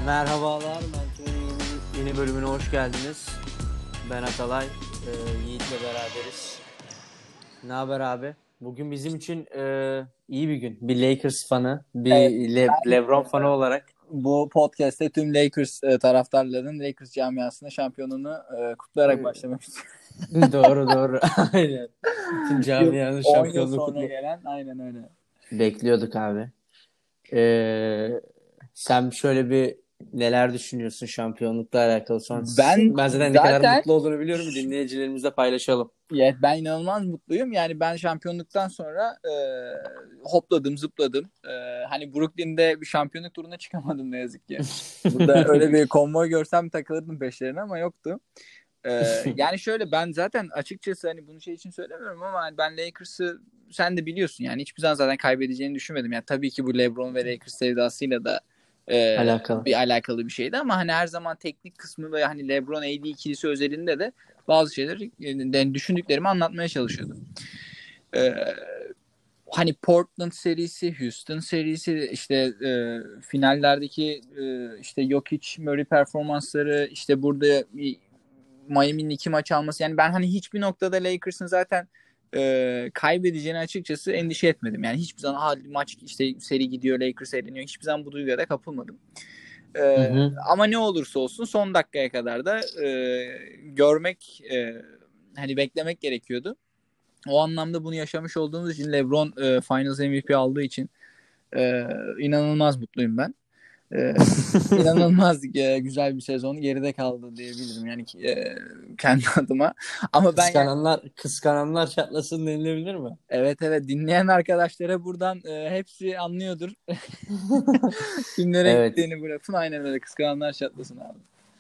Merhabalar, Mentoring yeni bölümüne hoş geldiniz. Ben Atalay, Yiğit'le beraberiz. Ne haber abi? Bugün bizim için iyi bir gün. Bir Lakers fanı, Evet, bir ben LeBron fanı olarak. bu podcast'te tüm Lakers taraftarlarının Lakers camiasına şampiyonunu kutlayarak e, başlamak istiyorum. doğru doğru, aynen. Tüm Yıl, camianın 10 yıl şampiyonluğu sonra kutlu. gelen aynen öyle. Bekliyorduk abi. Sen şöyle bir neler düşünüyorsun şampiyonlukla alakalı? Sonra Ben ben zaten ne kadar zaten mutlu olduğunu biliyorum. Dinleyicilerimizle paylaşalım. ya ben inanılmaz mutluyum. Yani ben şampiyonluktan sonra hopladım, zıpladım. Hani Brooklyn'de bir şampiyonluk turuna çıkamadım ne yazık ki. Burada öyle bir konvoy görsem takılırdım peşlerine ama yoktu. Yani şöyle ben zaten açıkçası hani bunu şey için söylemiyorum ama hani ben Lakers'ı sen de biliyorsun yani hiçbir zaman zaten kaybedeceğini düşünmedim. Yani tabii ki bu LeBron ve Lakers sevdasıyla da Alakalı. bir alakalı bir şeydi ama hani her zaman teknik kısmı ve hani LeBron AD ikilisi özelinde de bazı şeyleri düşündüklerimi anlatmaya çalışıyordum. Ee, Hani Portland serisi, Houston serisi, işte finallerdeki işte Jokic, Murray performansları, işte burada Miami'nin 2 maç alması. Yani ben hani hiçbir noktada Lakers'ın zaten kaybedeceğini açıkçası endişe etmedim. Yani hiçbir zaman maç işte seri gidiyor, Lakers eğleniyor. Hiçbir zaman bu duyguya da kapılmadım. Hı E, hı. Ama ne olursa olsun son dakikaya kadar da görmek hani beklemek gerekiyordu. O anlamda bunu yaşamış olduğumuz için LeBron Finals MVP aldığı için inanılmaz mutluyum ben. E, inanılmaz güzel bir sezon geride kaldı diyebilirim yani kendi adıma. Ama ben yani Kıskananlar çatlasın denilebilir mi? evet, evet, dinleyen arkadaşlara buradan hepsi anlıyordur. Kimlere Evet. gittiğini bırakın, aynen öyle, kıskananlar çatlasın abi.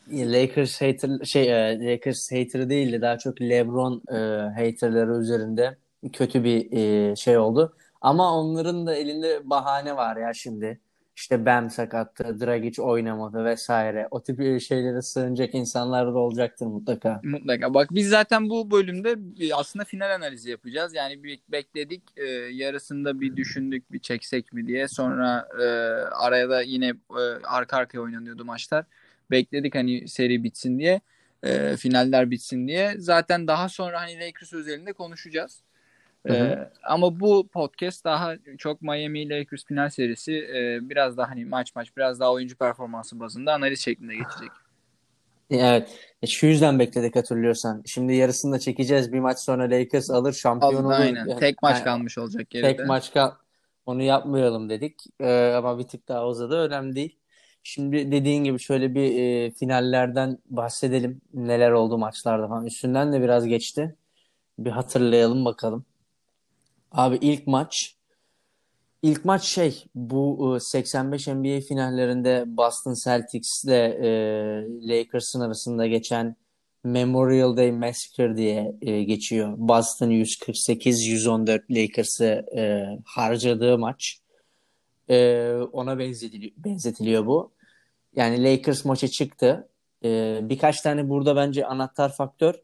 Lakers hater değildi, daha çok LeBron haterları üzerinde kötü bir şey oldu. Ama onların da elinde bahane var ya şimdi. İşte Bam sakattı, Dragic oynamadı vesaire. O tip şeylere sığınacak insanlar da olacaktır mutlaka. Mutlaka. Bak biz zaten bu bölümde aslında final analizi yapacağız. Yani bir bekledik. Yarısında bir düşündük bir çeksek mi diye. Sonra araya da yine arka arkaya oynanıyordu maçlar. Bekledik hani seri bitsin diye. Finaller bitsin diye. Zaten daha sonra hani Lakers özelinde konuşacağız. Hı hı. Ama bu podcast daha çok Miami Lakers final serisi, biraz daha hani maç maç biraz daha oyuncu performansı bazında analiz şeklinde geçecek. Evet. Şu yüzden bekledik, hatırlıyorsan. Şimdi yarısını da çekeceğiz. Bir maç sonra Lakers alır, şampiyon olur. Aynen. Yani, Tek maç kalmış olacak tek geride. maç onu yapmayalım dedik. Ama bir tık daha uzadı. Önemli değil. Şimdi dediğin gibi şöyle bir finallerden bahsedelim. Neler oldu maçlarda falan. Üstünden de biraz geçti. Bir hatırlayalım bakalım. Abi ilk maç bu 85 NBA finallerinde Boston Celtics ile Lakers'ın arasında geçen Memorial Day Massacre diye geçiyor. Boston 148-114 Lakers'ı harcadığı maç. Ona benzetiliyor bu. Yani Lakers maça çıktı. Birkaç tane burada bence anahtar faktör.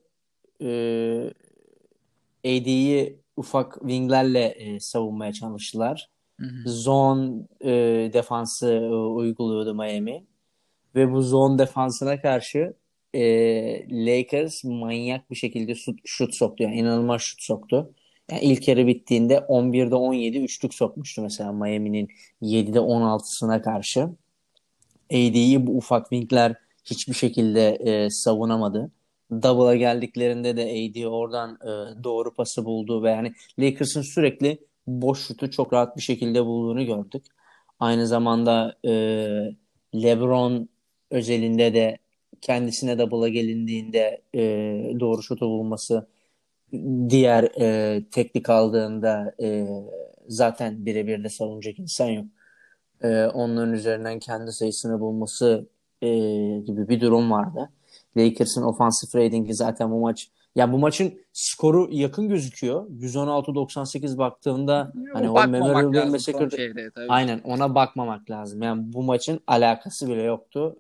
AD'yi ufak winglerle savunmaya çalıştılar. Hı hı. Zone defansı uyguluyordu Miami. Ve bu zone defansına karşı Lakers manyak bir şekilde şut soktu. Yani inanılmaz şut soktu. Yani ilk yarı bittiğinde 11'de 17 üçlük sokmuştu mesela Miami'nin 7'de 16'sına karşı. AD'yi bu ufak wingler hiçbir şekilde savunamadı. Double'a geldiklerinde de AD oradan doğru pası buldu ve yani Lakers'ın sürekli boş şutu çok rahat bir şekilde bulduğunu gördük. Aynı zamanda LeBron özelinde de kendisine double'a gelindiğinde doğru şutu bulması, diğer teknik aldığında zaten birebir de savunacak insan yok. Onların üzerinden kendi sayısını bulması gibi bir durum vardı. Lakers'ın ofansif ratingi zaten bu maçın skoru yakın gözüküyor. 116-98 baktığında hani O o bakmamak Memorial Day lazım son Massacre'da çeyreğe tabii ki. aynen ona bakmamak lazım. Yani bu maçın alakası bile yoktu.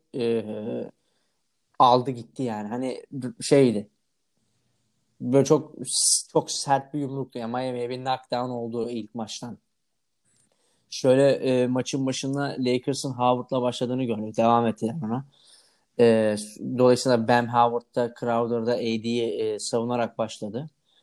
Aldı gitti yani. Hani şeydi. Böyle çok sert bir yumruktu. Yani Miami'ye bir knockdown oldu ilk maçtan. Şöyle maçın başında Lakers'ın Howard'la başladığını gördük. Devam ettiler ona. Dolayısıyla Bam Howard da Crowder'da AD'yi savunarak başladı.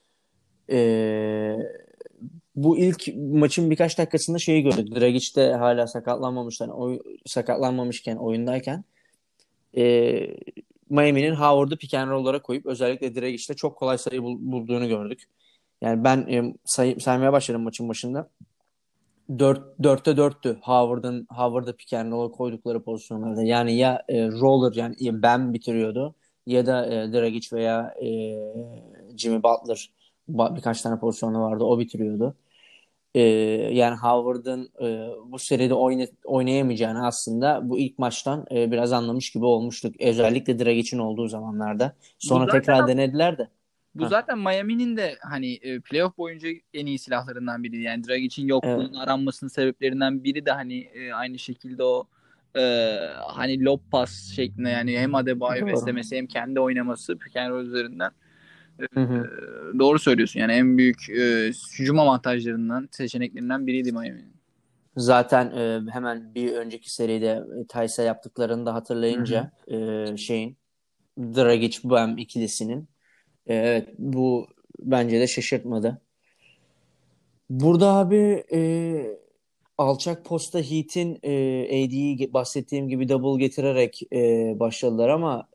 E, Bu ilk maçın birkaç dakikasında şeyi gördük. Dragic de hala sakatlanmamışken, sakatlanmamışken oyundayken e, Miami'nin Howard'ı pick and roll'lara koyup özellikle Dragic'te çok kolay sayı bulduğunu gördük. Yani ben saymaya başladım maçın başında. 4'te 4'tü Howard'ı pick and roll'a koydukları pozisyonlarda. Yani ya roller yani ya Bam bitiriyordu ya da Dragic veya Jimmy Butler birkaç tane pozisyonu vardı o bitiriyordu. Yani Howard'ın bu seride oynayamayacağını aslında bu ilk maçtan biraz anlamış gibi olmuştuk. Özellikle Dragic'in olduğu zamanlarda. Bu Sonra zaten tekrar denediler de. Bu Ha, zaten Miami'nin de hani playoff boyunca en iyi silahlarından biri. Yani Dragic'in evet, yokluğunun aranmasının sebeplerinden biri de hani aynı şekilde o e, hani lob pass şeklinde, yani hem Adebayo doğru. beslemesi hem kendi oynaması pick and roll üzerinden. Hı hı. Doğru söylüyorsun. Yani en büyük hücum avantajlarından, seçeneklerinden biriydi Miami'nin. Zaten hemen bir önceki seride Tyson yaptıklarını da Hı hı. hatırlayınca şeyin Dragic Bam ikilisinin evet bu bence de şaşırtmadı. Burada abi alçak posta Heat'in AD'yi bahsettiğim gibi double getirerek başladılar ama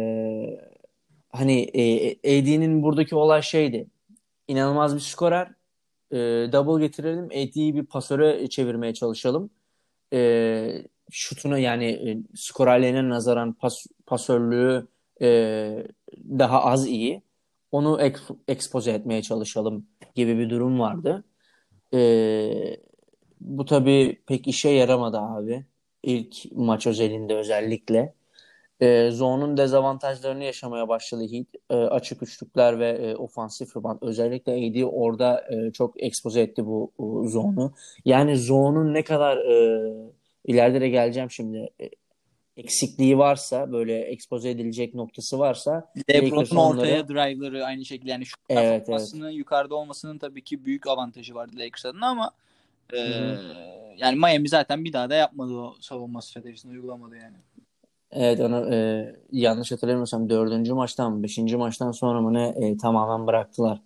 hani AD'nin buradaki olay şeydi. İnanılmaz bir skorer. Double getirelim. AD'yi bir pasöre çevirmeye çalışalım. Şutuna yani skorerliğine nazaran pasörlüğü daha az iyi. Onu ekspoze etmeye çalışalım gibi bir durum vardı. E, Bu tabii pek işe yaramadı abi. İlk maç özelinde özellikle. Zone'un dezavantajlarını yaşamaya başladı Heat. Açık üçlükler ve ofansif rebound. Özellikle AD orada çok expose etti bu zone'u. Yani zone'un ne kadar ileride de geleceğim şimdi. Eksikliği varsa böyle expose edilecek noktası varsa Lakers LeBron'un onları ortaya drive'ları aynı şekilde, yani şut evet evet. performansının yukarıda olmasının tabii ki büyük avantajı vardı Lakers adına, ama e, Hı hı. yani Miami zaten bir daha da yapmadı, o savunma stratejisini uygulamadı yani. Evet onu yanlış hatırlamıyorsam dördüncü maçtan mı beşinci maçtan sonra mı ne tamamen bıraktılar.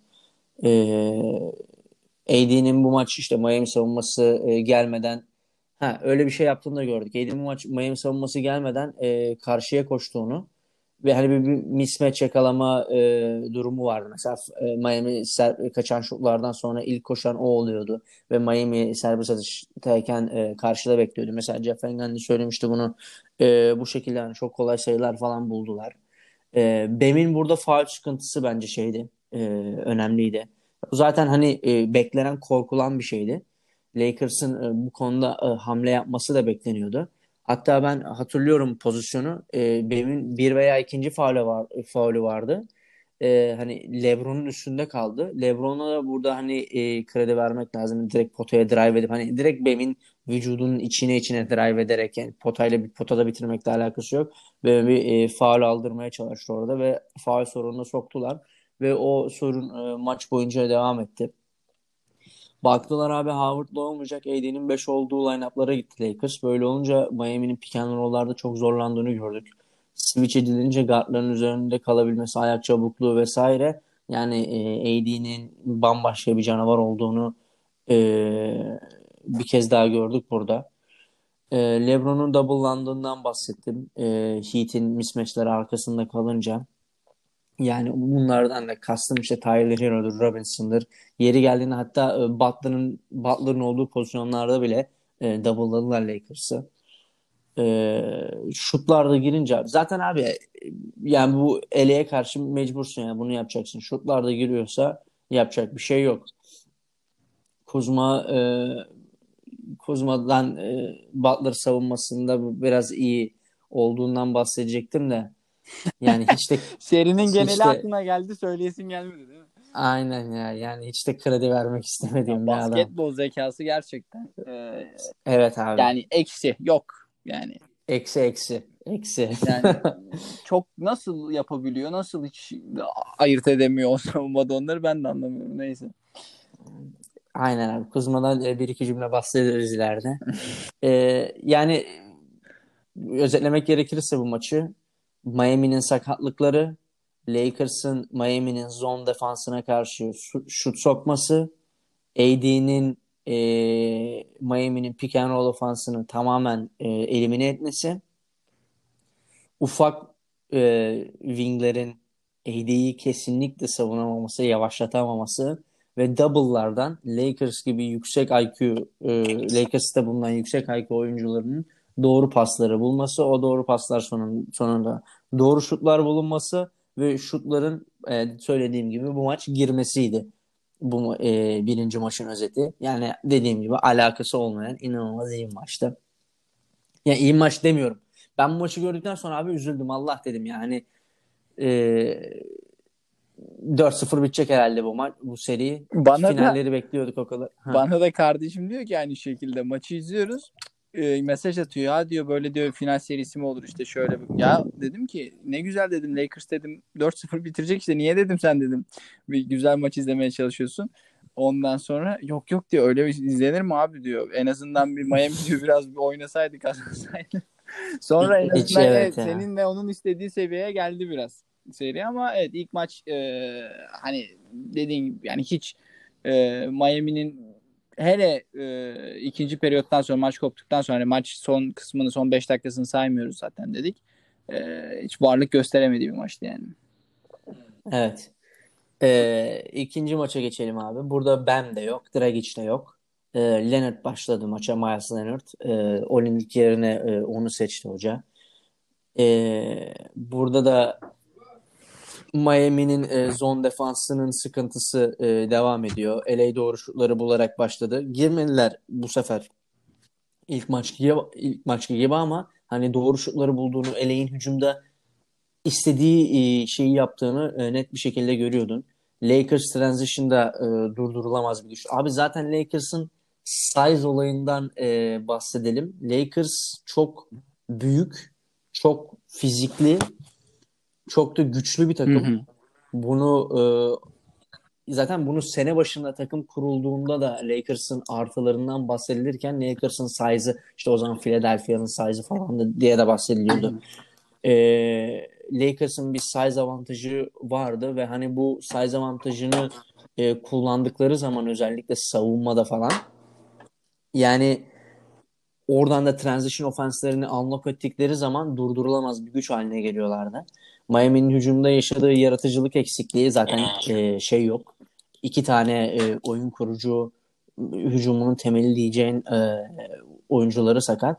AD'nin bu maç işte Miami savunması gelmeden öyle bir şey yaptığını da gördük. AD'nin bu maç Miami savunması gelmeden karşıya koştuğunu ve hani bir mismatch yakalama durumu vardı. Mesela Miami kaçan şutlardan sonra ilk koşan o oluyordu ve Miami serbest atıştayken karşıda bekliyordu. Mesela Jeff Van Gundy söylemişti bunu. Bu şekilde hani çok kolay sayılar falan buldular. Bam'in burada faul sıkıntısı bence önemliydi. Bu zaten hani beklenen, korkulan bir şeydi. Lakers'ın bu konuda hamle yapması da bekleniyordu. Hatta ben hatırlıyorum pozisyonu. Bam'in bir veya ikinci faulü vardı. Hani LeBron'un üstünde kaldı. LeBron'a da burada hani kredi vermek lazım. Direkt potaya drive edip hani direkt Bam'in vücudunun içine drive ederek yani potada bitirmekle alakası yok. Böyle bir faul aldırmaya çalıştı orada ve faul sorununa soktular. Ve o sorun maç boyunca devam etti. Baktılar abi Howard'la olmayacak. AD'nin 5 olduğu line-up'lara gitti Lakers. Böyle olunca Miami'nin pick and roll'larda çok zorlandığını gördük. Switch edilince guardların üzerinde kalabilmesi, ayak çabukluğu vesaire. Yani AD'nin bambaşka bir canavar olduğunu e, bir kez daha gördük burada. LeBron'un double'landığından bahsettim. Heat'in mismatchleri arkasında kalınca. Yani bunlardan da kastım işte Tyler Hero'dur, Robinson'dır. Yeri geldiğinde hatta Butler'ın olduğu pozisyonlarda bile double'ladılar Lakers'ı. Şutlarda girince zaten abi yani bu eleğe karşı mecbursun yani bunu yapacaksın. Şutlarda giriyorsa yapacak bir şey yok. Kuzma Kuzma'dan Butler savunmasında biraz iyi olduğundan bahsedecektim de yani Serinin geneli hiç de aklına geldi, söyleyesin gelmedi değil mi? aynen ya. Yani hiç de kredi vermek Ya istemediğim bir adam. basketbol zekası gerçekten Evet abi. yani eksi yok yani. Eksi eksi. Eksi. Yani çok nasıl yapabiliyor? Nasıl hiç ayırt edemiyor o savunmada onları, ben de anlamıyorum. Neyse. Aynen abi. Kuzma'dan bir iki cümle bahsederiz ileride. Yani özetlemek gerekirse bu maçı Miami'nin sakatlıkları, Lakers'ın Miami'nin zone defansına karşı şut sokması, AD'nin Miami'nin pick and roll ofansını tamamen elimine etmesi, ufak winglerin AD'yi kesinlikle savunamaması, yavaşlatamaması ve double'lardan Lakers gibi yüksek IQ, Lakers'ta bulunan yüksek IQ oyuncularının doğru pasları bulması, o doğru paslar sonunda doğru şutlar bulunması ve şutların söylediğim gibi bu maç girmesiydi. Bu birinci maçın özeti. Yani dediğim gibi alakası olmayan inanılmaz iyi bir maçtı. Ya iyi maç demiyorum. Ben bu maçı gördükten sonra abi üzüldüm. Allah dedim yani. E, 4-0 bitecek herhalde bu maç, bu seri. Bana da Finalleri bekliyorduk o kadar. Ha. Bana da kardeşim diyor ki aynı şekilde maçı izliyoruz. Mesaj atıyor ya diyor böyle diyor final serisi mi olur işte şöyle. Ya dedim ki ne güzel dedim Lakers dedim 4-0 bitirecek işte niye dedim sen dedim bir güzel maç izlemeye çalışıyorsun. Ondan sonra yok yok diyor öyle bir izlenir mi abi diyor. En azından bir Miami diyor biraz bir oynasaydı kazansaydı. Sonra en Hiç azından evet evet ya. senin ve onun istediği seviyeye geldi biraz seri ama evet ilk maç hani dediğin gibi yani hiç Miami'nin hele ikinci periyottan sonra maç koptuktan sonra hani maç son kısmını son 5 dakikasını saymıyoruz zaten dedik. Hiç varlık gösteremediği bir maçtı yani. Evet. İkinci maça geçelim abi. Burada Bam de yok. Dragic de yok. Leonard başladı maça. Miles Leonard. Olinik yerine onu seçti hoca. Burada da Miami'nin zone defansının sıkıntısı devam ediyor. LA doğru şutları bularak başladı. Girmediler bu sefer ilk maçki gibi ama hani doğru şutları bulduğunu, LA'in hücumda istediği şeyi yaptığını net bir şekilde görüyordun. Lakers transition'da durdurulamaz bir güç. Abi zaten Lakers'ın size olayından bahsedelim. Lakers çok büyük, çok fizikli, çok da güçlü bir Hı takım. hı. Bunu zaten bunu sene başında takım kurulduğunda da Lakers'ın artılarından bahsedilirken Lakers'ın size'ı işte o zaman Philadelphia'nın size'ı falan diye de bahsediliyordu. Lakers'ın bir size avantajı vardı ve hani bu size avantajını kullandıkları zaman özellikle savunmada falan yani oradan da transition offense'lerini unlock ettikleri zaman durdurulamaz bir güç haline geliyorlardı. Miami'nin hücumda yaşadığı yaratıcılık eksikliği zaten şey yok. İki tane oyun kurucu hücumunun temeli diyeceğin oyuncuları sakat.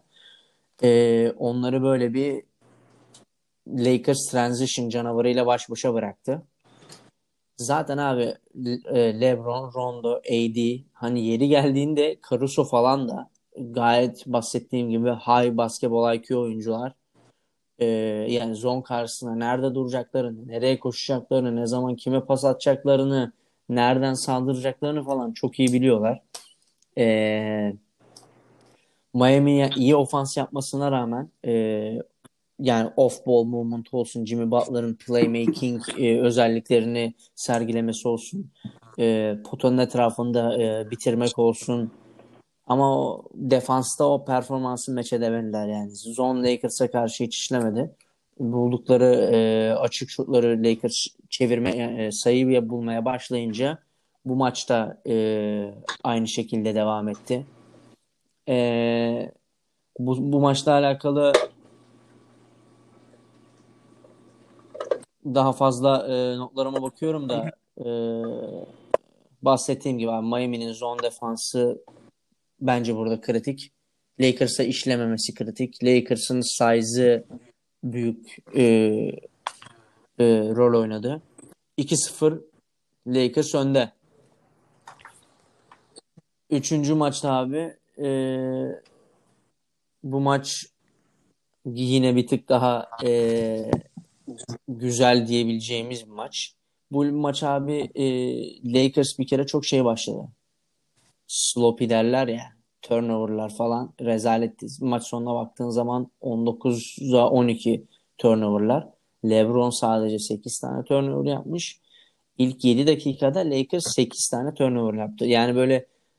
Onları böyle bir Lakers transition canavarıyla baş başa bıraktı. Zaten abi LeBron, Rondo, AD hani yeri geldiğinde Caruso falan da gayet bahsettiğim gibi high basketbol IQ oyuncular. Yani zone karşısında nerede duracaklarını, nereye koşacaklarını, ne zaman kime pas atacaklarını, nereden saldıracaklarını falan çok iyi biliyorlar. Ee, Miami'ye iyi ofans yapmasına rağmen yani off-ball movement olsun, Jimmy Butler'ın playmaking özelliklerini sergilemesi olsun, potanın etrafında bitirmek olsun. Ama o defansta o performansı meç edemediler yani. Zone Lakers'a karşı hiç işlemedi. Buldukları açık şutları Lakers sayı bulmaya başlayınca bu maçta aynı şekilde devam etti. E, bu maçla alakalı daha fazla notlarıma bakıyorum da bahsettiğim gibi abi, Miami'nin zone defansı bence burada kritik. Lakers'a işlememesi kritik. Lakers'ın size'ı büyük rol oynadı. 2-0 Lakers önde. Üçüncü maçta abi bu maç yine bir tık daha güzel diyebileceğimiz bir maç. Bu maç abi Lakers bir kere çok şey başladı. Sloppy derler ya. Turnover'lar falan rezalet. Maç sonuna baktığın zaman 19'a 12 turnover'lar. LeBron sadece 8 tane turnover yapmış. İlk 7 dakikada Lakers 8 tane turnover yaptı. Yani böyle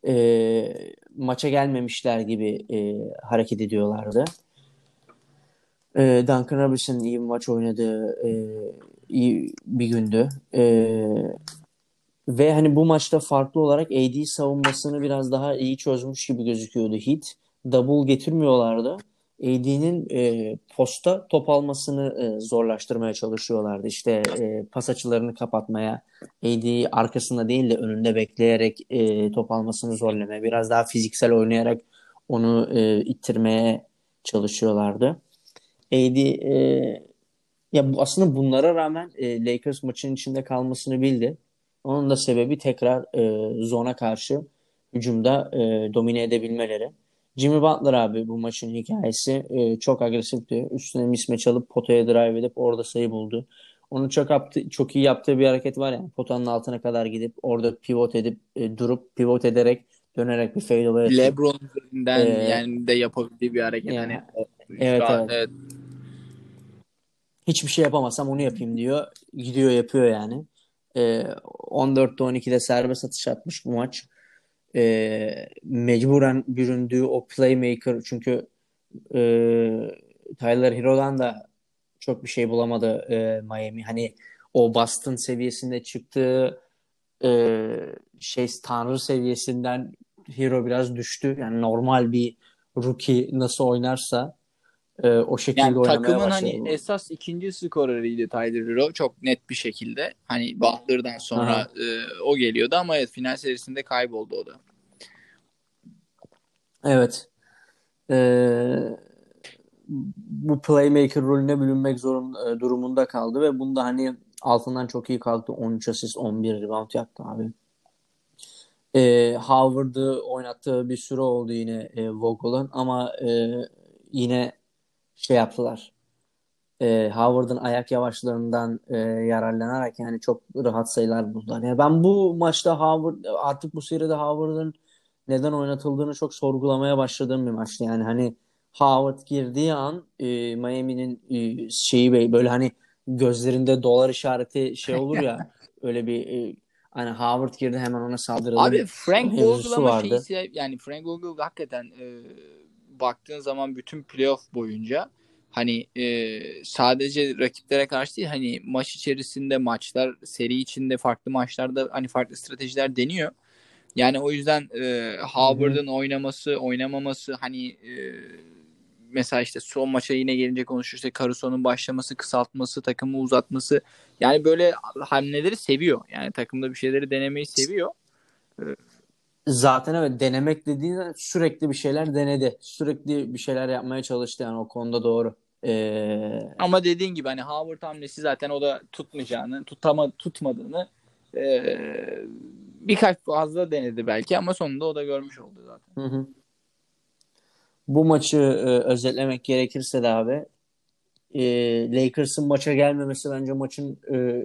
Maça gelmemişler gibi hareket ediyorlardı. Duncan Robinson iyi bir maç oynadı. İyi bir gündü. Ve hani bu maçta farklı olarak AD savunmasını biraz daha iyi çözmüş gibi gözüküyordu Heat. Double getirmiyorlardı. AD'nin posta top almasını zorlaştırmaya çalışıyorlardı. İşte pas açılarını kapatmaya, AD arkasında değil de önünde bekleyerek top almasını zorlamaya, biraz daha fiziksel oynayarak onu ittirmeye çalışıyorlardı. AD aslında bunlara rağmen Lakers maçın içinde kalmasını bildi. Onun da sebebi tekrar zona karşı hücumda domine edebilmeleri. Jimmy Butler abi bu maçın hikayesi çok agresifti. Üstüne mismatch alıp potaya drive edip orada sayı buldu. Onun çok iyi yaptığı bir hareket var yani potanın altına kadar gidip orada pivot edip durup pivot ederek dönerek bir fadeaway atıyor. LeBron üzerinden E, yani de yapabildiği bir hareket. Hani yani şu evet an evet. evet. Hiçbir şey yapamasam onu yapayım diyor. Gidiyor yapıyor yani. 14'te 12'de serbest atış atmış bu maç. Mecburen büründüğü o playmaker çünkü e, Tyler Hero'dan da çok bir şey bulamadı Miami. Hani o Boston seviyesinde çıktığı tanrı seviyesinden Hero biraz düştü. Yani normal bir rookie nasıl oynarsa o Yani şekilde oynamaya takımın başladı hani bu. esas ikinci skoreriydi Tyler Hero çok net bir şekilde. Hani Butler'dan sonra Aha. o geliyordu ama evet final serisinde kayboldu o da. Evet. Ee, Bu playmaker rolüne bürünmek durumunda kaldı ve bunda hani altından çok iyi kalktı. 13 asist, 11 rebound yaptı abi. Howard'ı oynattığı bir süre oldu yine Vogel'ın ama yine şey yaptılar. Howard'ın ayak yavaşlığından yararlanarak yani çok rahat sayılar buldular. Yani ben bu maçta artık bu seride Howard'ın neden oynatıldığını çok sorgulamaya başladığım bir maçtı. Yani hani Howard girdiği an Miami'nin böyle hani gözlerinde dolar işareti şey olur ya öyle bir hani Howard girdi hemen ona Abi saldıralım Frank Vogel mevzusu ama vardı. yani Frank Vogel hakikaten baktığın zaman bütün playoff boyunca hani sadece rakiplere karşı değil hani maç içerisinde maçlar seri içinde farklı maçlarda hani farklı stratejiler deniyor. Yani o yüzden Hı hı. Howard'ın oynaması, oynamaması hani mesela işte son maça yine gelince konuşursak Caruso'nun başlaması, kısaltması, takımı uzatması yani böyle hamleleri seviyor. Yani takımda bir şeyleri denemeyi seviyor. E, Zaten evet denemek dediğin sürekli bir şeyler denedi. Sürekli bir şeyler yapmaya çalıştı yani o konuda doğru. Ama dediğin gibi hani Howard hamlesi zaten o da tutmayacağını, tutmadığını birkaç fazla denedi belki ama sonunda o da görmüş oldu zaten. hı hı. Bu maçı özetlemek gerekirse de abi Lakers'ın maça gelmemesi bence maçın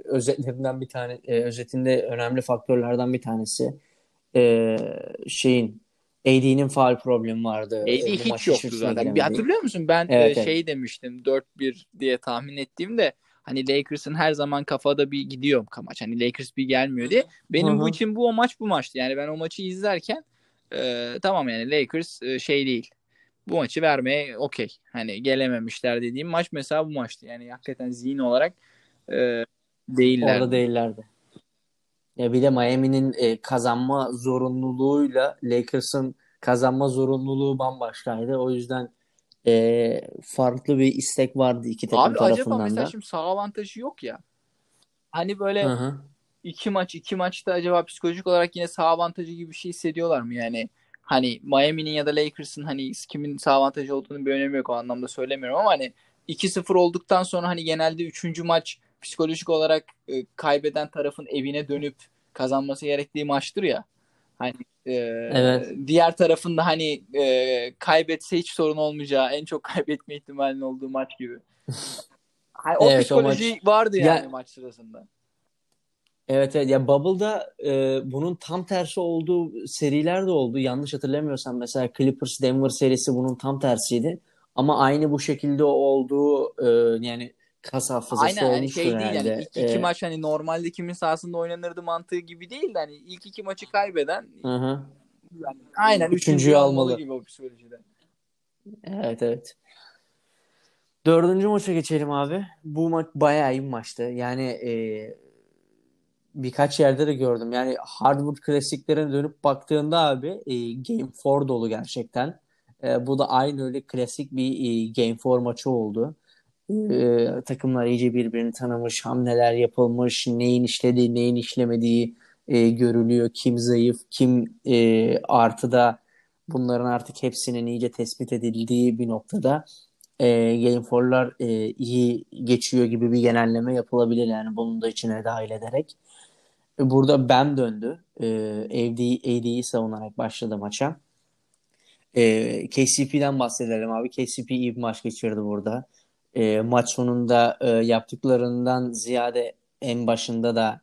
özetinde önemli faktörlerden bir tanesi. E, AD'nin faul problemi vardı. AD Bu hiç maç yoktu içerisine zaten. Bir giremedi. hatırlıyor musun? Ben Evet evet. şey demiştim 4-1 diye tahmin ettiğimde hani Lakers'ın her zaman kafada bir gidiyor maç. Hani Lakers bir gelmiyor diye. Hı Benim bu hı. için bu maç bu maçtı. Yani ben o maçı izlerken tamam yani Lakers şey değil. Bu maçı vermeye okey. Hani gelememişler dediğim maç mesela bu maçtı. Yani hakikaten zihin olarak e, Orada değillerdi. değillerdi. Ya bir de Miami'nin kazanma zorunluluğuyla Lakers'ın kazanma zorunluluğu bambaşkaydı. O yüzden farklı bir istek vardı iki takım Abi acaba tarafından mesela da. şimdi sağ avantajı yok ya. Hani Hı böyle hı. iki maçta acaba psikolojik olarak yine sağ avantajı gibi bir şey hissediyorlar mı yani? Hani Miami'nin ya da Lakers'ın hani kimin sağ avantajı olduğunu bir önemi yok o anlamda söylemiyorum ama hani 2-0 olduktan sonra hani genelde üçüncü maç psikolojik olarak kaybeden tarafın evine dönüp kazanması gerektiği maçtır ya. Hani Evet. diğer tarafında hani kaybetse hiç sorun olmayacağı en çok kaybetme ihtimalinin olduğu maç gibi. Hani o Evet o maç. psikoloji vardı yani Ya maç sırasında. evet evet ya Bubble'da bunun tam tersi olduğu seriler de oldu. Yanlış hatırlamıyorsam mesela Clippers Denver serisi bunun tam tersiydi. Ama aynı bu şekilde olduğu yani kas hafızası Aynen hani olmuştur şey değil yani herhalde. ilk iki maç hani normalde kimin sahasında oynanırdı mantığı gibi değil de hani ilk iki maçı kaybeden Hı hı. Yani aynen Üçüncüyü üçüncüyü almalı almalı. gibi o psikolojide. Evet, evet. Dördüncü maça geçelim abi. Bu maç bayağı iyi bir maçtı. Yani birkaç yerde de gördüm. Yani hardwood klasiklerine dönüp baktığında abi Game 4 dolu gerçekten. Bu da aynı öyle klasik bir Game 4 maçı oldu. Takımlar iyice birbirini tanımış, hamleler yapılmış, neyin işlediği, neyin işlemediği görülüyor. Kim zayıf, kim artıda, bunların artık hepsinin iyice tespit edildiği bir noktada Game 4'lar iyi geçiyor gibi bir genelleme yapılabilir, yani bunu da içine dahil ederek. Burada Bam döndü. AD'yi savunarak başladı maça. KCP'den bahsedelim abi. KCP iyi bir maç geçirdi burada. Maç sonunda yaptıklarından ziyade en başında da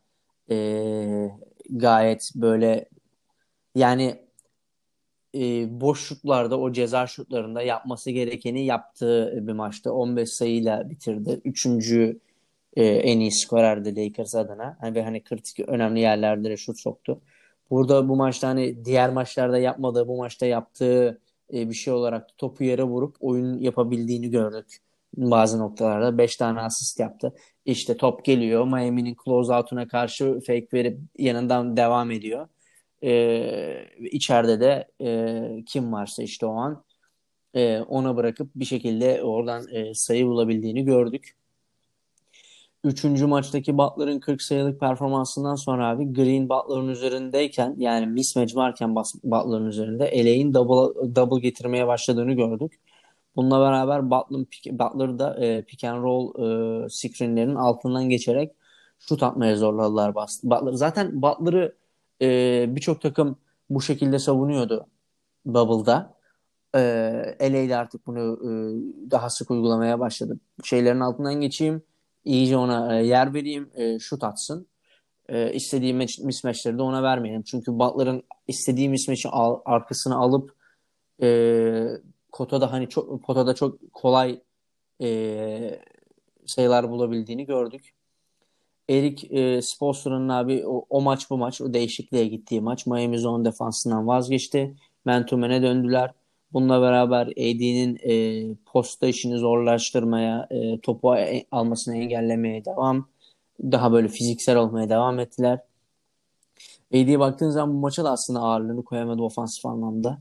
gayet böyle, yani boş şutlarda, o ceza şutlarında yapması gerekeni yaptığı bir maçta 15 sayıyla bitirdi. Üçüncü en iyi skorerdi Lakers adına. Ve hani kritik önemli yerlerde de şut soktu. Burada bu maçta hani diğer maçlarda yapmadığı, bu maçta yaptığı bir şey olarak topu yere vurup oyun yapabildiğini gördük. Bazı noktalarda 5 tane asist yaptı. İşte top geliyor. Miami'nin closeout'una karşı fake verip yanından devam ediyor. İçeride de kim varsa işte o an ona bırakıp bir şekilde oradan sayı bulabildiğini gördük. Üçüncü maçtaki Butler'ın 40 sayılık performansından sonra abi Green Butler'ın üzerindeyken, yani mismatch varken Butler'ın üzerinde LA'in double getirmeye başladığını gördük. Bununla beraber Butler da pick and roll screenlerinin altından geçerek şut atmaya zorladılar Butler. Zaten Butler'ı birçok takım bu şekilde savunuyordu Bubble'da. LA'de artık bunu daha sık uygulamaya başladı. Şeylerin altından geçeyim, iyice ona yer vereyim, şut atsın. İstediği mismatchleri de ona vermeyelim. Çünkü Butler'ın istediği mismatch'i arkasına alıp kotada hani çok kolay e, sayılar bulabildiğini gördük. Eric Spoelstra'nın abi o maç, bu maç, o değişikliğe gittiği maç, Miami zone defansından vazgeçti. Man to man'e döndüler. Bununla beraber AD'nin posta işini zorlaştırmaya, topu almasını engellemeye devam. Daha böyle fiziksel olmaya devam ettiler. AD'ye baktığın zaman bu maça da aslında ağırlığını koyamadı ofansif anlamda.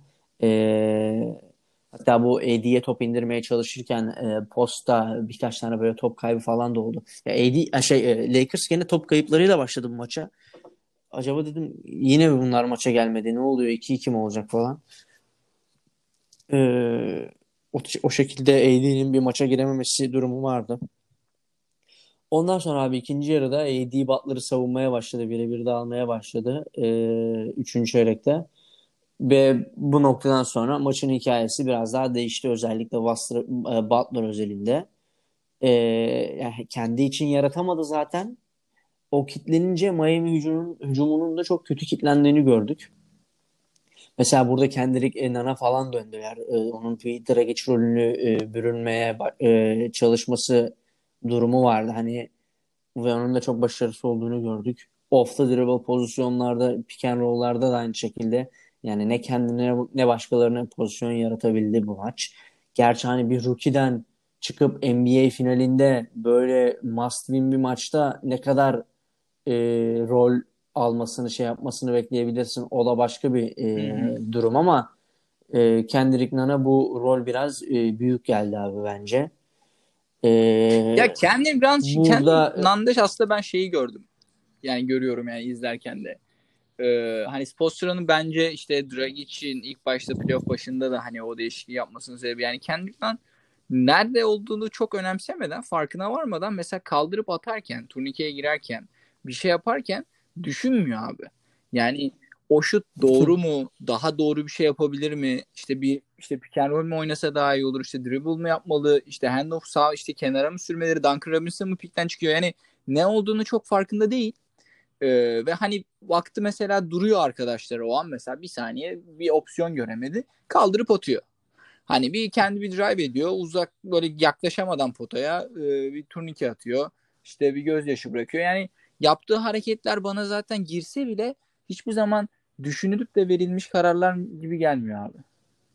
Hatta bu AD'ye top indirmeye çalışırken posta birkaç tane böyle top kaybı falan da oldu. Ya Lakers gene top kayıplarıyla başladı bu maça. Acaba dedim yine mi bunlar maça gelmedi? Ne oluyor? 2-2 mi olacak falan. Ee, o şekilde AD'nin bir maça girememesi durumu vardı. Ondan sonra abi ikinci yarıda AD Butler'ı savunmaya başladı. Birebir de almaya başladı. Üçüncü çeyrekte. Ve bu noktadan sonra maçın hikayesi biraz daha değişti. Özellikle Butler özelinde. Yani kendi için yaratamadı zaten. O kitlenince Miami hücumunun da çok kötü kitlendiğini gördük. Mesela burada Kendrick Nana falan döndüler. Onun bir Dragic rolünü bürünmeye çalışması durumu vardı. Hani ve onun da çok başarısız olduğunu gördük. Off the dribble pozisyonlarda, pick and roll'larda da aynı şekilde, yani ne kendine ne başkalarına pozisyon yaratabildi bu maç. Gerçi hani bir rookie'den çıkıp NBA finalinde böyle must win bir maçta ne kadar rol almasını, şey yapmasını bekleyebilirsin. O da başka bir Hı hı. durum ama Kendrick Nun'a bu rol biraz büyük geldi abi bence. Ya E, Kendim burada Nandeş aslında ben şeyi gördüm. Yani görüyorum yani izlerken de. Hani Spoelstra'nın bence işte Dragic'in ilk başta playoff başında da hani o değişikliği yapmasının sebebi yani kendinden nerede olduğunu çok önemsemeden, farkına varmadan mesela kaldırıp atarken, turnikeye girerken, bir şey yaparken düşünmüyor abi. Yani o şut doğru mu? Daha doğru bir şey yapabilir mi? İşte bir işte pick and roll mu oynasa daha iyi olur? İşte dribble mu yapmalı? İşte handoff sağ işte kenara mı sürmeleri? Duncan Robinson mı pickten çıkıyor? Yani ne olduğunu çok farkında değil. Ve hani vakti mesela duruyor arkadaşlar o an mesela bir saniye bir opsiyon göremedi. Kaldırıp atıyor. Hani bir kendi bir drive ediyor. Uzak böyle yaklaşamadan potaya bir turnike atıyor. İşte bir gözyaşı bırakıyor. Yani yaptığı hareketler bana zaten girse bile hiçbir zaman düşünülüp de verilmiş kararlar gibi gelmiyor abi.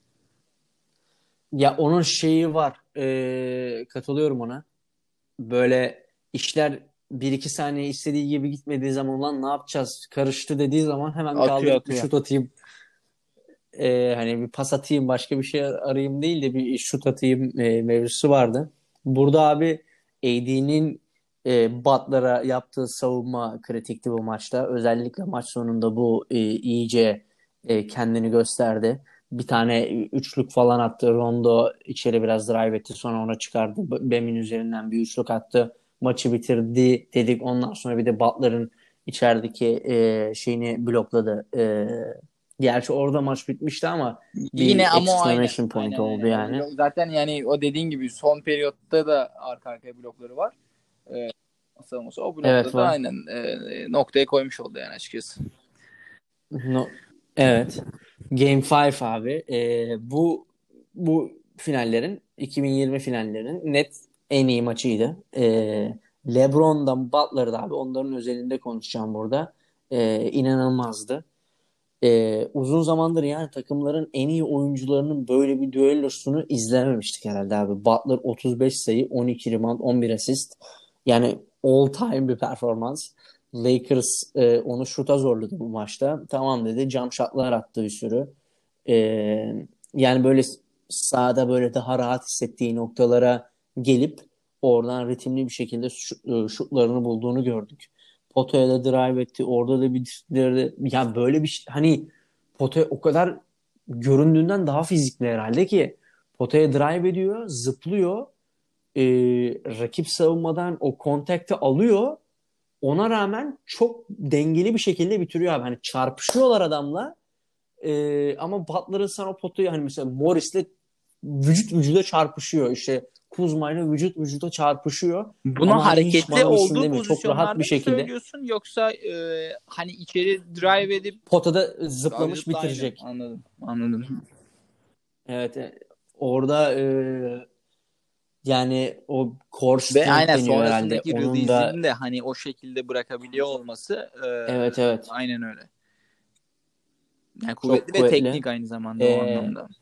Ya onun şeyi var. Katılıyorum ona. Böyle işler bir iki saniye istediği gibi gitmediği zaman lan ne yapacağız? Karıştı dediği zaman hemen Atıyor kaldırıp bir atıyor. şut atayım. Hani bir pas atayım başka bir şey arayayım değil de bir şut atayım mevzusu vardı. Burada abi AD'nin Butler'a yaptığı savunma kritikti bu maçta. Özellikle maç sonunda bu iyice kendini gösterdi. Bir tane üçlük falan attı. Rondo içeri biraz drive etti. Sonra ona çıkardı. Bem'in üzerinden bir üçlük attı. Maçı bitirdi dedik. Ondan sonra bir de Butler'ın içerideki şeyini blokladı. Gerçi orada maç bitmişti ama Yine bir ama o aynen. exclamation point Aynen oldu aynen. O yani. blok zaten yani o dediğin gibi son periyotta da arka arkaya blokları var. Ee, savunması. O Evet blokta da var. aynen noktaya koymuş oldu yani açıkçası. No, evet. Game 5 abi. Bu finallerin 2020 finallerinin net en iyi maçıydı. LeBron'dan Butler'da abi onların özelinde konuşacağım burada. İnanılmazdı. Uzun zamandır yani takımların en iyi oyuncularının böyle bir düellosunu izlememiştik herhalde abi. Butler 35 sayı, 12 rebound, 11 asist. Yani all time bir performans. Lakers onu şuta zorladı bu maçta. Tamam dedi. Jump shotlar attı bir sürü. E, Yani böyle sahada böyle daha rahat hissettiği noktalara gelip oradan ritimli bir şekilde şutlarını bulduğunu gördük. Potaya da drive etti. Orada da yani böyle bir hani potaya o kadar göründüğünden daha fizikli herhalde ki potaya drive ediyor, zıplıyor. e, Rakip savunmadan o kontakti alıyor. Ona rağmen çok dengeli bir şekilde bitiriyor abi. Hani çarpışıyorlar adamla. Ama Butler'ın sana o potayı hani mesela Morris'le vücut vücuda çarpışıyor. İşte Kuzma'yla vücut vücuda çarpışıyor. Buna Ama hani hiç hareketli bana vursun olduğu demiyor. Çok rahat bir pozisyonlarda mı şekilde söylüyorsun yoksa hani içeri drive edip potada zıplamış zıpla aynen bitirecek. anladım anladım. Evet. Orada yani o core Ve strength aynen deniyor herhalde. sonrasındaki Onun da release'ini de hani o şekilde bırakabiliyor olması evet evet aynen öyle. Yani çok kuvvetli ve kuvvetli. teknik aynı zamanda o E, anlamda.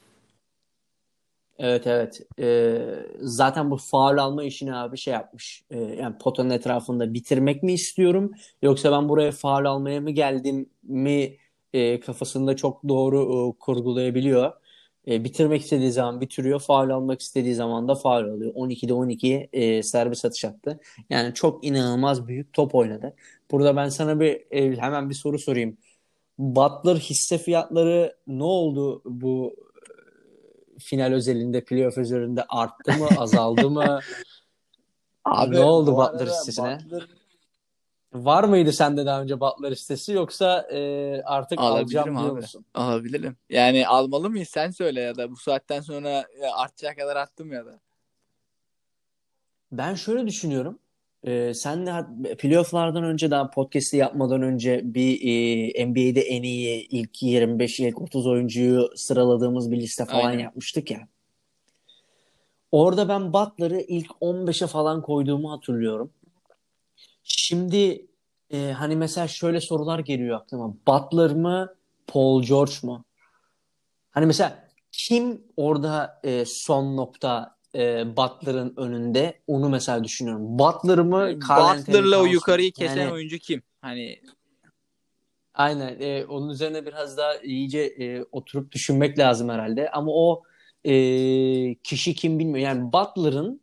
evet evet. Zaten bu faul alma işini abi şey yapmış. Yani potanın etrafında bitirmek mi istiyorum yoksa ben buraya faul almaya mı geldim mi kafasında çok doğru kurgulayabiliyor. Bitirmek istediği zaman bitiriyor. Faul almak istediği zaman da faul alıyor. 12'de 12 serbest atış attı. Yani çok inanılmaz büyük top oynadı. Burada ben sana hemen bir soru sorayım. Butler hisse fiyatları ne oldu bu final özelinde, playoff özelinde arttı mı, azaldı mı? Ne Abi oldu bu Butler arada hissesine? Butler Var mıydı sende daha önce Butler hissesi yoksa artık alabilirim alacağım diyor abi. musun? Alabilirim. Yani almalı mıyız sen söyle ya da bu saatten sonra artacak kadar attım ya da. Ben şöyle düşünüyorum. Sen de playofflardan önce daha podcast'i yapmadan önce bir NBA'de en iyi ilk 25, ilk 30 oyuncuyu sıraladığımız bir liste falan Aynen. yapmıştık ya. Orada ben Butler'ı ilk 15'e falan koyduğumu hatırlıyorum. Şimdi hani mesela şöyle sorular geliyor aklıma. Butler mı, Paul George mu? Hani mesela kim orada son nokta Butler'ın önünde? Onu mesela düşünüyorum. Butler mı, Karl Anthony Butler'la o Towns mu? yukarıyı kesen Yani oyuncu kim? Hani aynen onun üzerine biraz daha iyice oturup düşünmek lazım herhalde. Ama o kişi kim bilmiyorum. Yani Butler'ın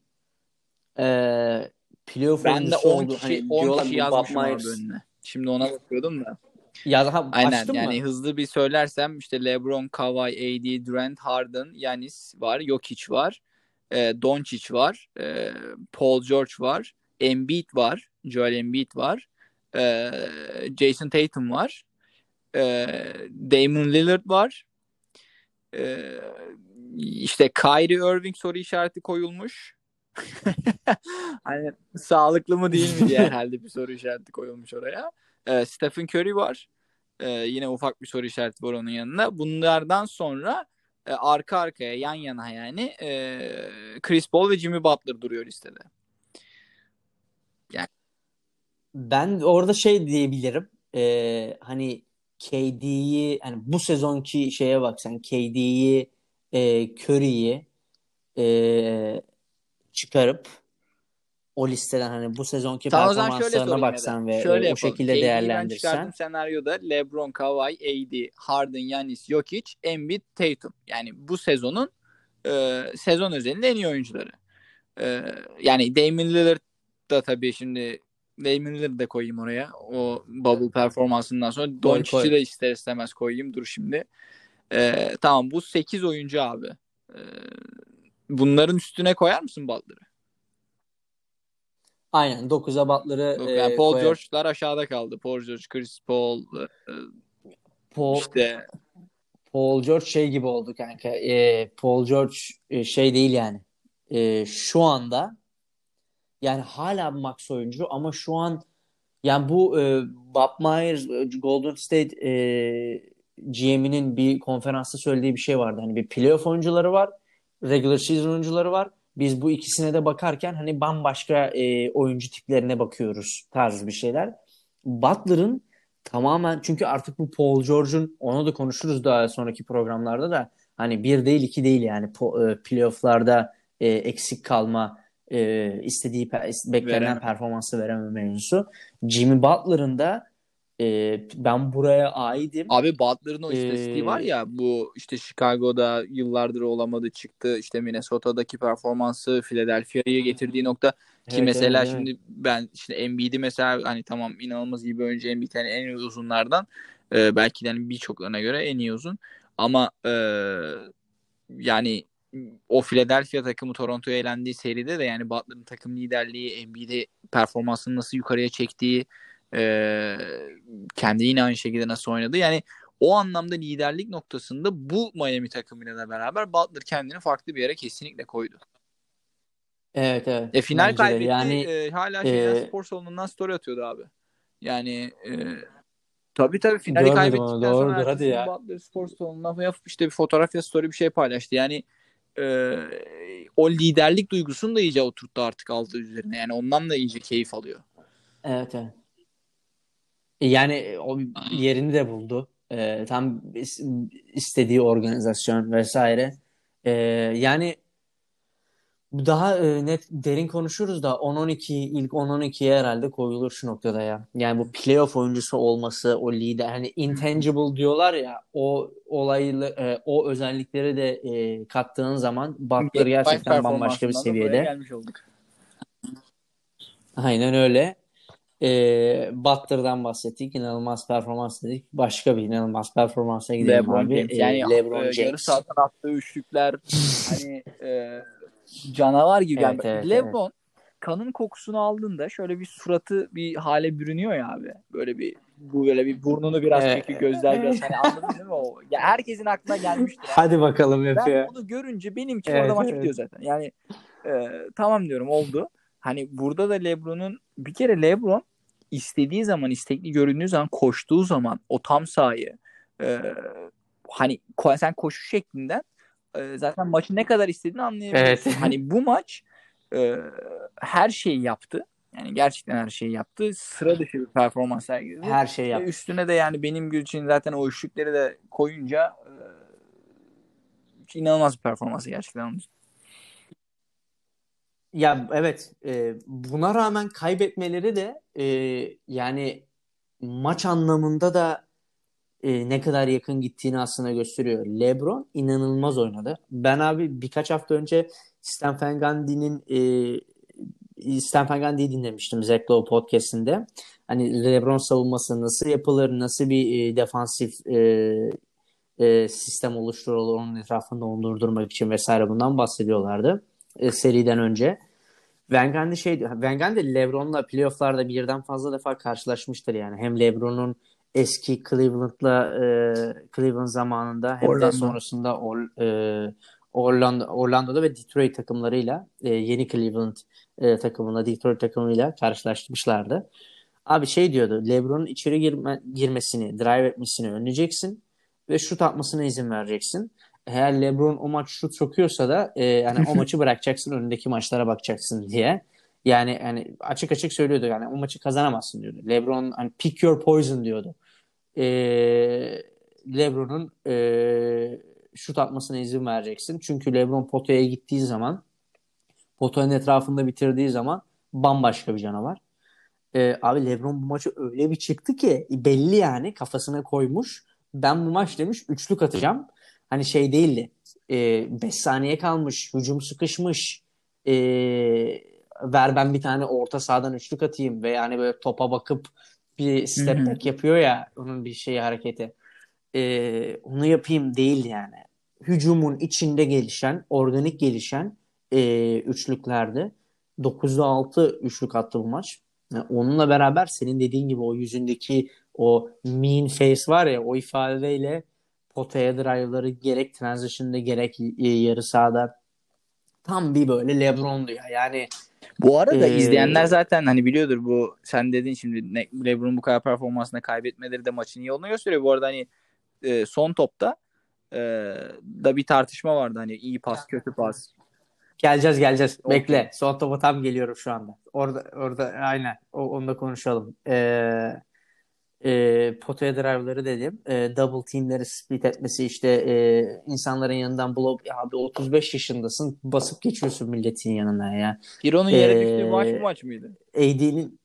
playoff ben de oyuncusu 10 oldu. kişi Hani 10 diyorlar kişi bu Bob yazmışım abi Myers. önüne. Şimdi ona bakıyordum da. Ya daha Aynen açtın yani mı? hızlı bir söylersem işte LeBron, Kawhi, AD, Durant, Harden, Giannis var, Jokic var, Doncic var, Paul George var, Embiid var, Joel Embiid var, e, Jason Tatum var, Damian Lillard var, e, işte Kyrie Irving soru işareti koyulmuş. Hani sağlıklı mı değil mi diye herhalde bir soru işareti koyulmuş oraya. Stephen Curry var. Yine ufak bir soru işareti var onun yanında. Bunlardan sonra arka arkaya yan yana yani Chris Paul ve Jimmy Butler duruyor listede. Yani Ben orada şey diyebilirim. Hani KD'yi hani bu sezonki şeye baksan KD'yi Curry'yi çıkarıp o listeden hani bu sezonki Tamam, o zaman şöyle performanslarına sorayım ya da. baksan ve Şöyle o yapalım. şekilde KD'yi ben çıkardığım değerlendirsen senaryoda LeBron, Kawhi, AD, Harden, Giannis, Jokic, Embiid, Tatum. Yani bu sezonun sezon özelinde en iyi oyuncuları. Yani Damian Lillard da tabii şimdi Damian Lillard'ı da koyayım oraya. O bubble performansından sonra koy Doncic'i koy. de ister istemez koyayım. Dur şimdi. Tamam, bu 8 oyuncu abi. Ee, Bunların üstüne koyar mısın Butler'ı? Aynen 9'a Butler'ı Yani Paul koyarım. George'lar aşağıda kaldı. Paul George, Chris Paul, Paul, işte Paul George şey gibi oldu kanka. Paul George şey değil yani. Şu anda yani hala max oyuncu ama şu an yani bu Bob Myers Golden State GM'inin bir konferansta söylediği bir şey vardı. Hani bir playoff oyuncuları var, regular season oyuncuları var. Biz bu ikisine de bakarken hani bambaşka oyuncu tiplerine bakıyoruz tarzı bir şeyler. Butler'ın tamamen çünkü artık bu Paul George'un onu da konuşuruz daha sonraki programlarda da hani bir değil iki değil yani playoff'larda eksik kalma istediği beklenen veremem. performansı verememe mevzusu. Jimmy Butler'ın da ben buraya aidim. Abi Butler'ın o E, istatistiği var ya, bu işte Chicago'da yıllardır olamadı, çıktı. İşte Minnesota'daki performansı, Philadelphia'ya getirdiği nokta ki evet evet mesela evet. şimdi ben işte Embiid'i mesela, hani tamam inanılmaz iyi bir oyuncu, Embiid hani en iyi uzunlardan, belki de hani birçoklarına göre en iyi uzun, ama yani o Philadelphia takımı Toronto'ya elendiği seride de yani Butler'ın takım liderliği, Embiid'i performansını nasıl yukarıya çektiği, e, kendi yine aynı şekilde nasıl oynadı. Yani o anlamda liderlik noktasında bu Miami takımıyla da beraber Butler kendini farklı bir yere kesinlikle koydu. Evet evet Final bence de. kaybetti. Yani Hala şeyden, e, spor salonundan story atıyordu abi. Yani tabii finali görmedim onu kaybettikten sonra doğrudur hadi ertesi gün ya. Butler spor salonundan işte bir fotoğraf ya story bir şey paylaştı. Yani e, o liderlik duygusunu da iyice oturttu artık altı üzerine. Yani ondan da iyice keyif alıyor. Evet evet. Yani o yerini de buldu. Tam istediği organizasyon vesaire. Yani daha net derin konuşuruz da 10-12 ilk 10-12'ye herhalde koyulur şu noktada ya. Yani bu playoff oyuncusu olması, o lider hani intangible diyorlar ya o olaylı o özellikleri de kattığın zaman Butler Game 5 gerçekten bambaşka bir performansından da buraya seviyede. gelmiş olduk. Aynen öyle. Butler'dan bahsettik. İnanılmaz performans dedik. Başka bir inanılmaz performansa gidelim LeBron abi. James. Yani LeBron yarı James. sahadan attığı üçlükler, hani canavar gibi. Yani Evet evet evet. LeBron kanın kokusunu aldığında şöyle bir suratı bir hale bürünüyor ya abi. Böyle bir, bu böyle bir burnunu biraz çekiyor, gözler biraz, hani anladın değil mi o? Ya herkesin aklına gelmiştir abi. Hadi bakalım Ben yapıyor. onu görünce benim için orada Evet maç evet. bitiyor zaten. Yani tamam diyorum, oldu. Hani burada da LeBron'un bir kere, LeBron istediği zaman, istekli göründüğü zaman, koştuğu zaman o tam sahayı, e, hani sen koşu şeklinden zaten maçı ne kadar istediğini Evet. anlayabiliyorsun. Hani bu maç e, her şeyi yaptı. Yani gerçekten her şeyi yaptı. Sıra dışı bir performans sergiledi. Her şey yaptı. Üstüne de yani benim için zaten o üçlükleri de koyunca inanılmaz bir performansı gerçekten onun için. Ya evet buna rağmen kaybetmeleri de yani maç anlamında da ne kadar yakın gittiğini aslında gösteriyor. LeBron inanılmaz oynadı. Ben abi birkaç hafta önce Stan Van Gundy'yi dinlemiştim Zach Lowe podcast'inde. Hani LeBron savunması nasıl yapılır, nasıl bir defansif sistem oluşturulur onun etrafında dondurmak için vesaire bundan bahsediyorlardı seriden önce. Van Gundy LeBron'la playoff'larda birden fazla defa karşılaşmıştır yani. Hem LeBron'un eski Cleveland zamanında hem de Orlando. sonrasında Orlando'da ve Detroit takımlarıyla yeni Cleveland takımıyla Detroit takımıyla karşılaşmışlardı. Abi şey diyordu LeBron'un içeri girmesini, drive etmesini önleyeceksin ve şut atmasına izin vereceksin. Eğer LeBron o maç şut sokuyorsa da yani o maçı bırakacaksın önündeki maçlara bakacaksın diye. Yani açık açık söylüyordu yani o maçı kazanamazsın diyordu. LeBron hani pick your poison diyordu. LeBron'un şut atmasına izin vereceksin. Çünkü LeBron potaya gittiği zaman, potanın etrafında bitirdiği zaman bambaşka bir canavar. Abi LeBron bu maçı öyle bir çıktı ki belli, yani kafasına koymuş. Ben bu maç demiş üçlük atacağım. Hani şey değildi. 5 saniye kalmış. Hücum sıkışmış. E, ver ben bir tane orta sahadan üçlük atayım. Ve yani böyle topa bakıp bir Hı step hı. back yapıyor ya. Onun bir şey hareketi. Onu yapayım değil yani. Hücumun içinde gelişen, organik gelişen üçlüklerdi. 9'da 6 üçlük attı bu maç. Yani onunla beraber senin dediğin gibi o yüzündeki o mean face var ya, o ifadeyle potaya drive'ları gerek transition'da gerek yarı sahada tam bir böyle LeBron'du ya. Yani Bu arada izleyenler e, zaten hani biliyordur, bu sen dedin şimdi LeBron'un bu kadar performansına kaybetmeleri de maçın iyi olduğunu gösteriyor. Bu arada hani son topta e, da bir tartışma vardı, hani iyi pas kötü pas. geleceğiz. Okey. Bekle. Son topa tam geliyorum şu anda. Orada aynen. Onu da konuşalım. Potaya drive'ları dedim. Double team'leri split etmesi, işte insanların yanından bulup ya abi 35 yaşındasın, basıp geçiyorsun milletin yanına ya. Hiro'nun yere düştüğü maç bu maç mıydı? AD'nin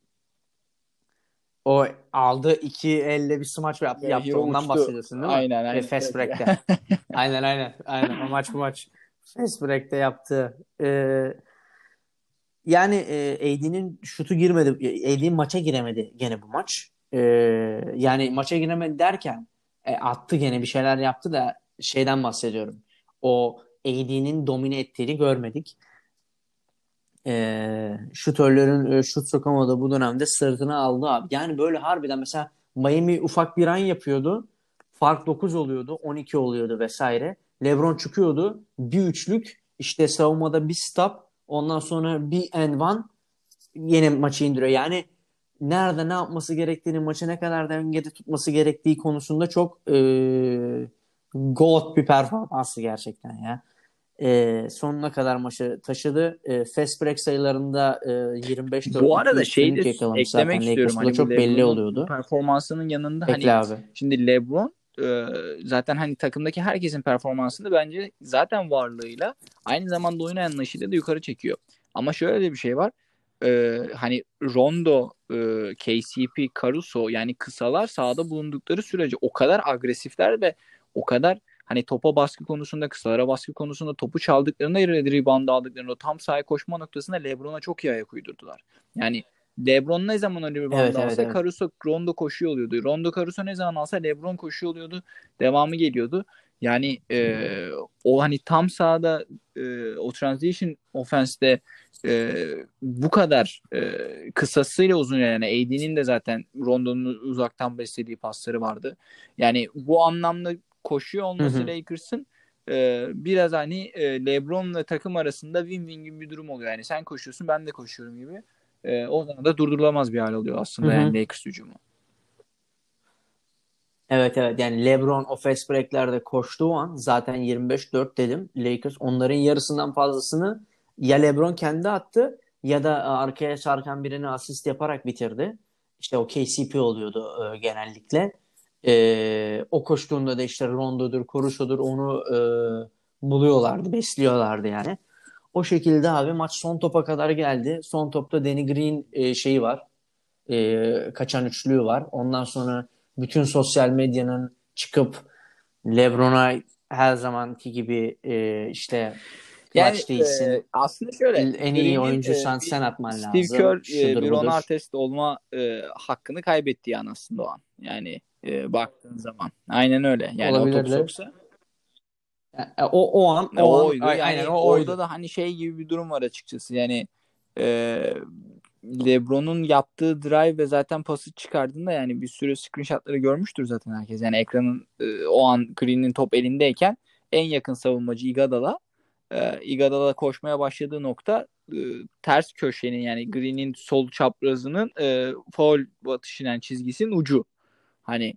o aldığı iki elle bir smaç yaptı. Hiro Ondan uçtu. bahsediyorsun değil mi? Aynen aynen. Fast Evet. break'te. Aynen. O maç bu maç. Fast break'te yaptı. Yani AD'nin şutu girmedi. AD maça giremedi gene bu maç. Yani maça giremedi derken attı, gene bir şeyler yaptı da şeyden bahsediyorum. O AD'nin domine ettiğini görmedik. Şutörlerin şut sokamadığı bu dönemde sırtına aldı abi. Yani böyle harbiden mesela Miami ufak bir run yapıyordu. Fark 9 oluyordu, 12 oluyordu vesaire. LeBron çıkıyordu. Bir üçlük, işte savunmada bir stop, ondan sonra bir and one, yine maçı indiriyor. Yani nerede ne yapması gerektiğini, maçı ne kadar dengede tutması gerektiği konusunda çok goat bir performansı gerçekten ya. Sonuna kadar maçı taşıdı. Fast break sayılarında Bu 25-4'lük bir arada şey de üstünlük yakalamış eklemek zaten istiyorum, Lakers. Bu da hani bu çok belli LeBron'un bu oluyordu. performansının yanında Ekle hani abi. şimdi LeBron zaten hani takımdaki herkesin performansını bence zaten varlığıyla aynı zamanda oyun anlayışıyla da yukarı çekiyor. Ama şöyle de bir şey var. Hani Rondo, KCP, Caruso, yani kısalar sahada bulundukları sürece o kadar agresifler ve o kadar hani topa baskı konusunda, kısalara baskı konusunda, topu çaldıklarında, rebound aldıklarında o tam sahaya koşma noktasında LeBron'a çok iyi ayak uydurdular. Yani LeBron ne zaman öyle bir rebound alsa Evet. Caruso Rondo koşuyor oluyordu. Rondo Caruso ne zaman alsa LeBron koşuyor oluyordu. Devamı geliyordu. Yani o hani tam sahada o transition offense'de bu kadar kısasıyla uzun, yani AD'nin de zaten Rondo'nun uzaktan beslediği pasları vardı. Yani bu anlamda koşuyor Hı olması hı. Lakers'ın biraz hani LeBron ve takım arasında win-win gibi bir durum oluyor. Yani sen koşuyorsun, ben de koşuyorum gibi. O zaman da durdurulamaz bir hal oluyor Hı aslında hı. yani Lakers hücumu. Evet. Yani LeBron o fast break'lerde koştuğu an zaten 25-4 dedim. Lakers onların yarısından fazlasını ya LeBron kendi attı ya da arkaya sarkan birini asist yaparak bitirdi. İşte o KCP oluyordu genellikle. O koştuğunda da işte Rondo'dur, Caruso'dur, onu buluyorlardı, besliyorlardı yani. O şekilde abi maç son topa kadar geldi. Son topta Danny Green şeyi var, kaçan üçlüğü var. Ondan sonra bütün sosyal medyanın çıkıp LeBron'a her zamanki gibi işte Yani clutch değilsin, aslında şöyle en iyi Green'in oyuncuysan sen bir atman Steve lazım, Kerr, şudur bir Ron budur. Artest olma hakkını kaybettiği an aslında o an. Yani baktığın zaman. Aynen öyle. Yani o topu Olabilirdi. soksa O an oydu. aynen Yani o orada oydu. da hani şey gibi bir durum var açıkçası. Yani e, LeBron'un yaptığı drive ve zaten pası çıkardığında yani bir sürü screenshotları görmüştür zaten herkes. Yani ekranın o an Green'in top elindeyken en yakın savunmacı Iguodala koşmaya başladığı nokta ters köşenin, yani Green'in sol çaprazının faul atışının çizgisinin ucu. Hani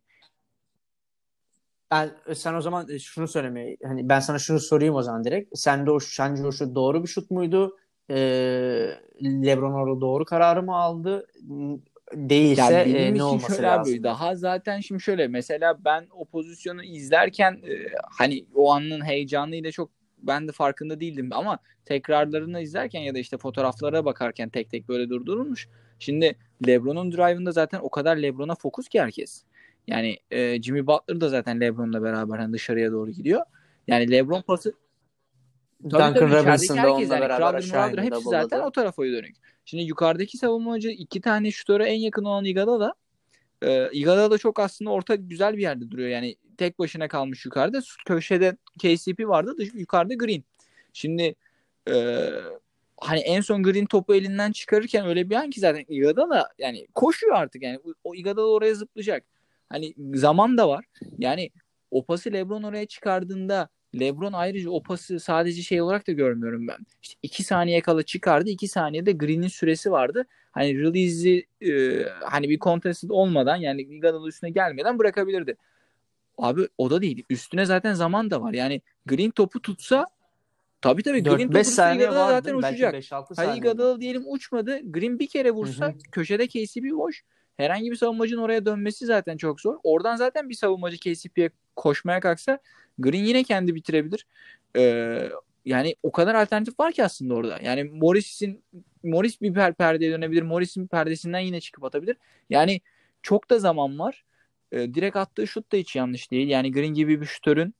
Sen o zaman şunu söylemeye, hani ben sana şunu sorayım o zaman direkt. Sence o şut doğru bir şut muydu? LeBron orada doğru kararı mı aldı? değilse Ya benim ne için olması şöyle abi, lazım yani? daha zaten şimdi şöyle, mesela ben o pozisyonu izlerken hani o anın heyecanıyla çok ben de farkında değildim ama tekrarlarını izlerken ya da işte fotoğraflara bakarken tek tek böyle durdurulmuş. Şimdi LeBron'un drive'ında zaten o kadar LeBron'a fokus ki herkes. Yani Jimmy Butler da zaten LeBron'la beraber hani dışarıya doğru gidiyor. Yani LeBron pası, tabii Duncan tabii içerideki Robinson da herkes onunla yani beraber Crowder aşağı indi, hepsi zaten o double'ladı. tarafa dönük. Şimdi yukarıdaki savunmacı iki tane şutöre en yakın olan Iguodala, Iguodala çok aslında orta güzel bir yerde duruyor. Yani tek başına kalmış yukarıda. Köşede KCP vardı. Yukarıda Green. Şimdi e, hani en son Green topu elinden çıkarırken öyle bir an ki zaten Iguodala yani koşuyor artık. Yani o Iguodala oraya zıplayacak. Hani zaman da var. Yani o pası LeBron oraya çıkardığında LeBron ayrıca o pası sadece şey olarak da görmüyorum ben. İşte 2 saniye kala çıkardı. 2 saniyede Green'in süresi vardı. Hani release'i hani bir contested olmadan yani Iguodala üstüne gelmeden bırakabilirdi. Abi o da değil. Üstüne zaten zaman da var. Yani Green topu tutsa, tabii tabii Green 4-5 topu tutsa saniye Iguodala vardı zaten değil mi? Belki uçacak. 5-6 Hadi saniye mi? Iguodala diyelim uçmadı. Green bir kere Hı vursa hı. köşede KCP boş. Herhangi bir savunmacının oraya dönmesi zaten çok zor. Oradan zaten bir savunmacı KCP'ye koşmaya kalksa Green yine kendi bitirebilir. Ee, yani o kadar alternatif var ki aslında orada. Yani Morris bir perdeye dönebilir. Morris'in perdesinden yine çıkıp atabilir. Yani çok da zaman var. Direkt attığı şut da hiç yanlış değil. Yani Green gibi bir şutörün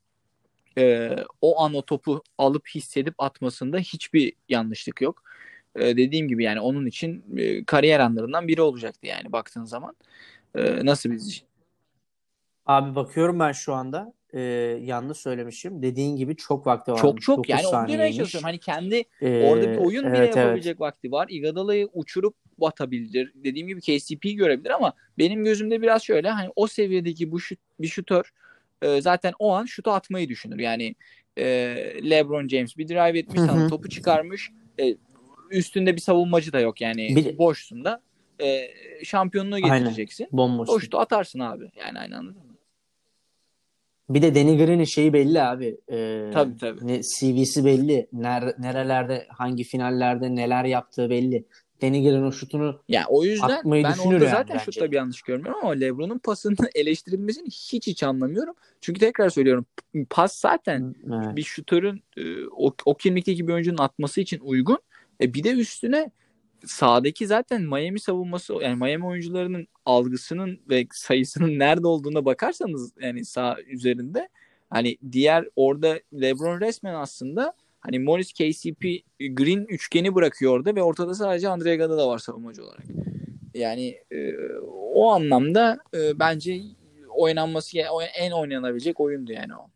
o an o topu alıp hissedip atmasında hiçbir yanlışlık yok. Dediğim gibi yani onun için kariyer anlarından biri olacaktı yani baktığın zaman. Nasıl bir Abi bakıyorum ben şu anda. Yanlış söylemişim. Dediğin gibi çok vakti çok varmış. çok 9 yani onu demeye çalışıyorum. saniyeymiş. Hani kendi orada bir oyun bile Evet, evet. yapabilecek vakti var. Iguodala'yı uçurup atabilir. Dediğim gibi KCP'yi görebilir ama benim gözümde biraz şöyle, hani o seviyedeki bir şutör zaten o an şutu atmayı düşünür. Yani e, LeBron James bir drive Hı etmiş sana hı. topu çıkarmış. Üstünde bir savunmacı da yok yani Bir, boşsun da. Şampiyonluğu aynen. getireceksin. O Bomboştu. şutu atarsın abi. Yani aynı, anladın mı? Bir de Danny Green'in şeyi belli abi. Tabii tabii. CV'si belli. Nerelerde, hangi finallerde neler yaptığı belli. Danny Green o şutunu Yani o yüzden atmayı ben düşünür orada yani zaten bence şutta de. bir yanlış görmüyorum ama LeBron'un pasının eleştirilmesini hiç anlamıyorum. Çünkü tekrar söylüyorum, pas zaten bir Evet. şutörün o kimlikteki bir oyuncunun atması için uygun. Bir de üstüne sahadaki zaten Miami savunması, yani Miami oyuncularının algısının ve sayısının nerede olduğuna bakarsanız yani sağ üzerinde, hani diğer orada LeBron resmen aslında hani Morris, KCP, Green üçgeni bırakıyor orada ve ortada sadece Andre Iguodala var savunmacı olarak. Yani o anlamda bence oynanması en oynanabilecek oyundu yani o.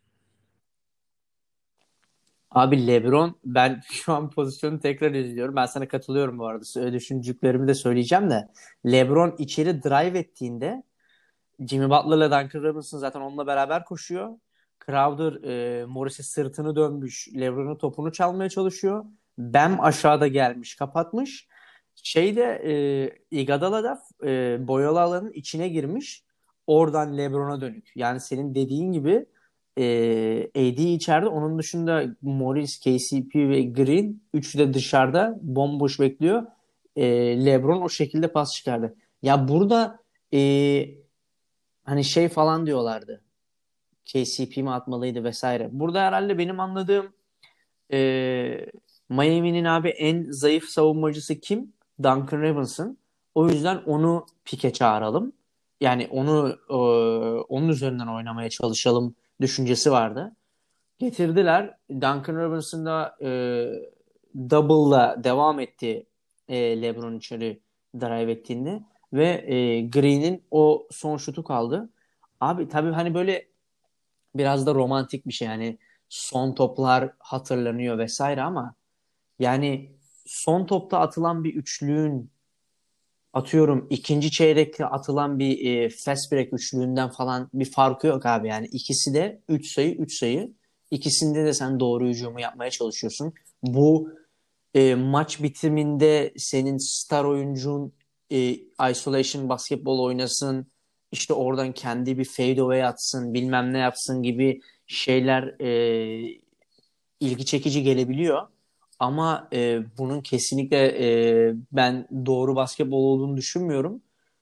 Abi LeBron, ben şu an pozisyonu tekrar izliyorum. Ben sana katılıyorum bu arada. Düşündüklerimi de söyleyeceğim de. LeBron içeri drive ettiğinde Jimmy Butler'la Duncan Robinson zaten onunla beraber koşuyor. Crowder Morris'e sırtını dönmüş. LeBron'un topunu çalmaya çalışıyor. Bam aşağıda gelmiş, kapatmış. Şeyde Iguodala da boyalı alanın içine girmiş. Oradan LeBron'a dönük. Yani senin dediğin gibi AD içeride. Onun dışında Morris, KCP ve Green üçü de dışarıda bomboş bekliyor. LeBron o şekilde pas çıkardı. Ya burada hani şey falan diyorlardı. KCP mi atmalıydı vesaire. Burada herhalde benim anladığım e, Miami'nin abi en zayıf savunmacısı kim? Duncan Robinson. O yüzden onu pike çağıralım. Yani onu onun üzerinden oynamaya çalışalım düşüncesi vardı. Getirdiler. Duncan Robinson da double'la devam etti LeBron içeri drive ettiğinde ve Green'in o son şutu kaldı. Abi tabii hani böyle biraz da romantik bir şey yani son toplar hatırlanıyor vesaire ama yani son topta atılan bir üçlüğün atıyorum ikinci çeyrekte atılan bir fast break üçlüğünden falan bir farkı yok abi. Yani ikisi de 3 sayı 3 sayı. İkisinde de sen doğru hücumu yapmaya çalışıyorsun. Bu maç bitiminde senin star oyuncun isolation basketbol oynasın, işte oradan kendi bir fadeaway atsın, bilmem ne yapsın gibi şeyler ilgi çekici gelebiliyor. Ama bunun kesinlikle ben doğru basketbol olduğunu düşünmüyorum.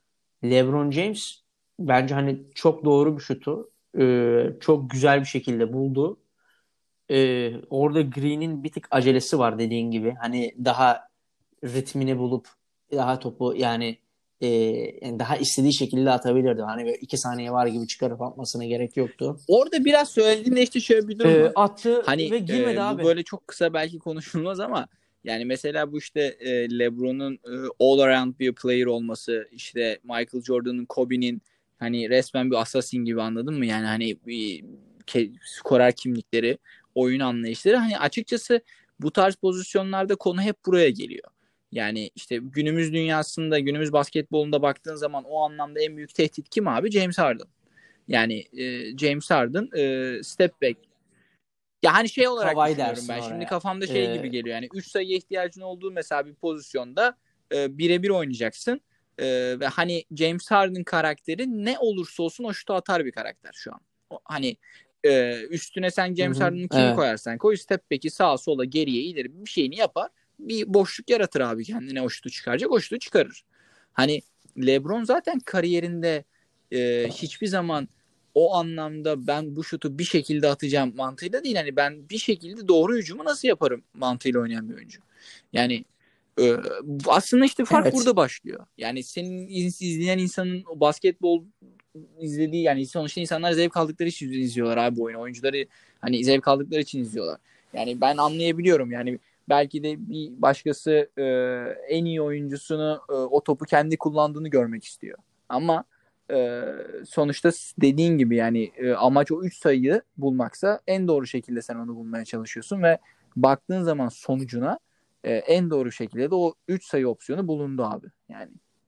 LeBron James bence hani çok doğru bir şutu çok güzel bir şekilde buldu. Orada Green'in bir tık acelesi var dediğin gibi. Hani daha ritmini bulup daha topu e, yani daha istediği şekilde atabilirdi. Hani böyle 2 saniye var gibi çıkarıp atmasına gerek yoktu. Orada biraz söylediğinde işte şöyle bir durum var. Attı Hani ve girmedi bu abi. böyle çok kısa belki konuşulmaz ama yani mesela bu işte LeBron'un all around bir player olması, işte Michael Jordan'ın, Kobe'nin hani resmen bir assassin gibi, anladın mı? Yani hani bir skorer kimlikleri, oyun anlayışları, hani açıkçası bu tarz pozisyonlarda konu hep buraya geliyor. Yani işte günümüz dünyasında, günümüz basketbolunda baktığın zaman o anlamda en büyük tehdit kim abi? James Harden. Yani James Harden step back. Ya hani şey olarak Kavay düşünüyorum dersin ben. Şimdi oraya. kafamda şey gibi geliyor. Yani 3 sayıya ihtiyacın olduğu mesela bir pozisyonda birebir oynayacaksın. Ve hani James Harden karakteri ne olursa olsun o şutu atar bir karakter şu an. Hani üstüne sen Hı James hı, Harden'ı kimi evet. koyarsan koy, step back'i sağa sola geriye ileri bir şeyini yapar. Bir boşluk yaratır abi kendine, o şutu çıkaracak. O şutu çıkarır. Hani LeBron zaten kariyerinde hiçbir zaman o anlamda ben bu şutu bir şekilde atacağım mantığıyla değil. Hani ben bir şekilde doğru hücumu nasıl yaparım mantığıyla oynayan bir oyuncu. Yani e, aslında işte fark Evet. burada başlıyor. Yani senin izleyen insanın o basketbol izlediği, yani sonuçta insanlar zevk aldıkları için izliyorlar abi bu oyunu. Oyuncuları hani zevk aldıkları için izliyorlar. Yani ben anlayabiliyorum. Yani belki de bir başkası en iyi oyuncusunu o topu kendi kullandığını görmek istiyor. Ama e, sonuçta dediğin gibi yani amaç o 3 sayıyı bulmaksa en doğru şekilde sen onu bulmaya çalışıyorsun ve baktığın zaman sonucuna en doğru şekilde de o 3 sayı opsiyonu bulundu abi. Yani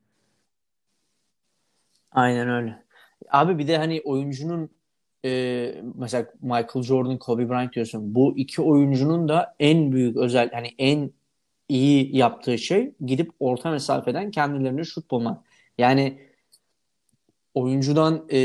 Aynen öyle. Abi bir de hani oyuncunun mesela Michael Jordan, Kobe Bryant diyorsun. Bu iki oyuncunun da en büyük özel hani en iyi yaptığı şey gidip orta mesafeden kendilerine şut bulmak. Yani oyuncudan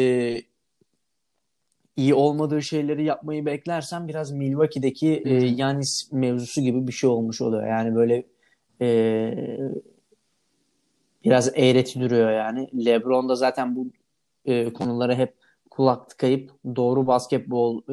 iyi olmadığı şeyleri yapmayı beklersen biraz Milwaukee'deki hmm. Giannis mevzusu gibi bir şey olmuş oluyor. Yani böyle e, biraz eğreti duruyor yani. LeBron da zaten bu konulara hep kulak tıkayıp doğru basketbol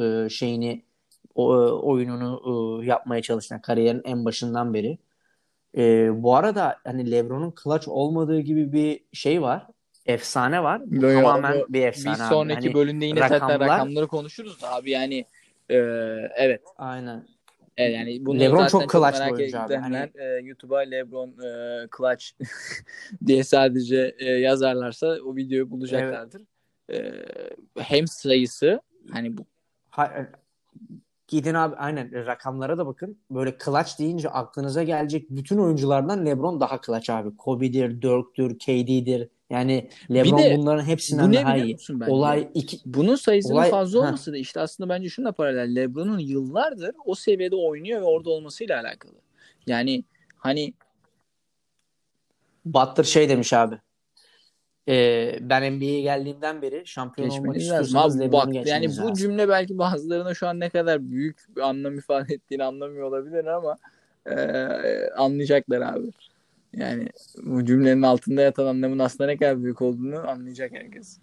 oyununu yapmaya çalışan kariyerin en başından beri. Bu arada hani LeBron'un clutch olmadığı gibi bir şey var. Efsane var. Bu Yo, yo, tamamen onu bir bir efsane abi. sonraki Hani bölümde yine zaten rakamlar rakamları konuşuruz da abi yani e, evet. aynen. Evet, yani bunu LeBron zaten çok çok clutch bir merak oyuncu abi. edenler Hani YouTube'a LeBron Clutch diye sadece yazarlarsa o videoyu evet, bulacaklardır. Hem sayısı hani bu ha- gidin abi aynen rakamlara da bakın. Böyle clutch deyince aklınıza gelecek bütün oyunculardan LeBron daha clutch abi. Kobe'dir, Dirk'tür, KD'dir. Yani bir LeBron de bunların bu hepsinden ne daha biliyor iyi. musun bence? Olay iki Bunun sayısının olay fazla olması da işte aslında bence şununla paralel. LeBron'un yıllardır o seviyede oynuyor ve orada olmasıyla alakalı. Yani hani Butler şey demiş abi. Ben NBA'ye geldiğimden beri şampiyon olmak geçmeniz lazım. Abi istiyorsanız bak LeBron'u yani geçmeniz bu lazım. cümle belki bazılarına şu an ne kadar büyük bir anlam ifade ettiğini anlamıyor olabilir ama e, anlayacaklar abi. Yani bu cümlenin altında yatan anlamın aslında ne kadar büyük olduğunu anlayacak herkes.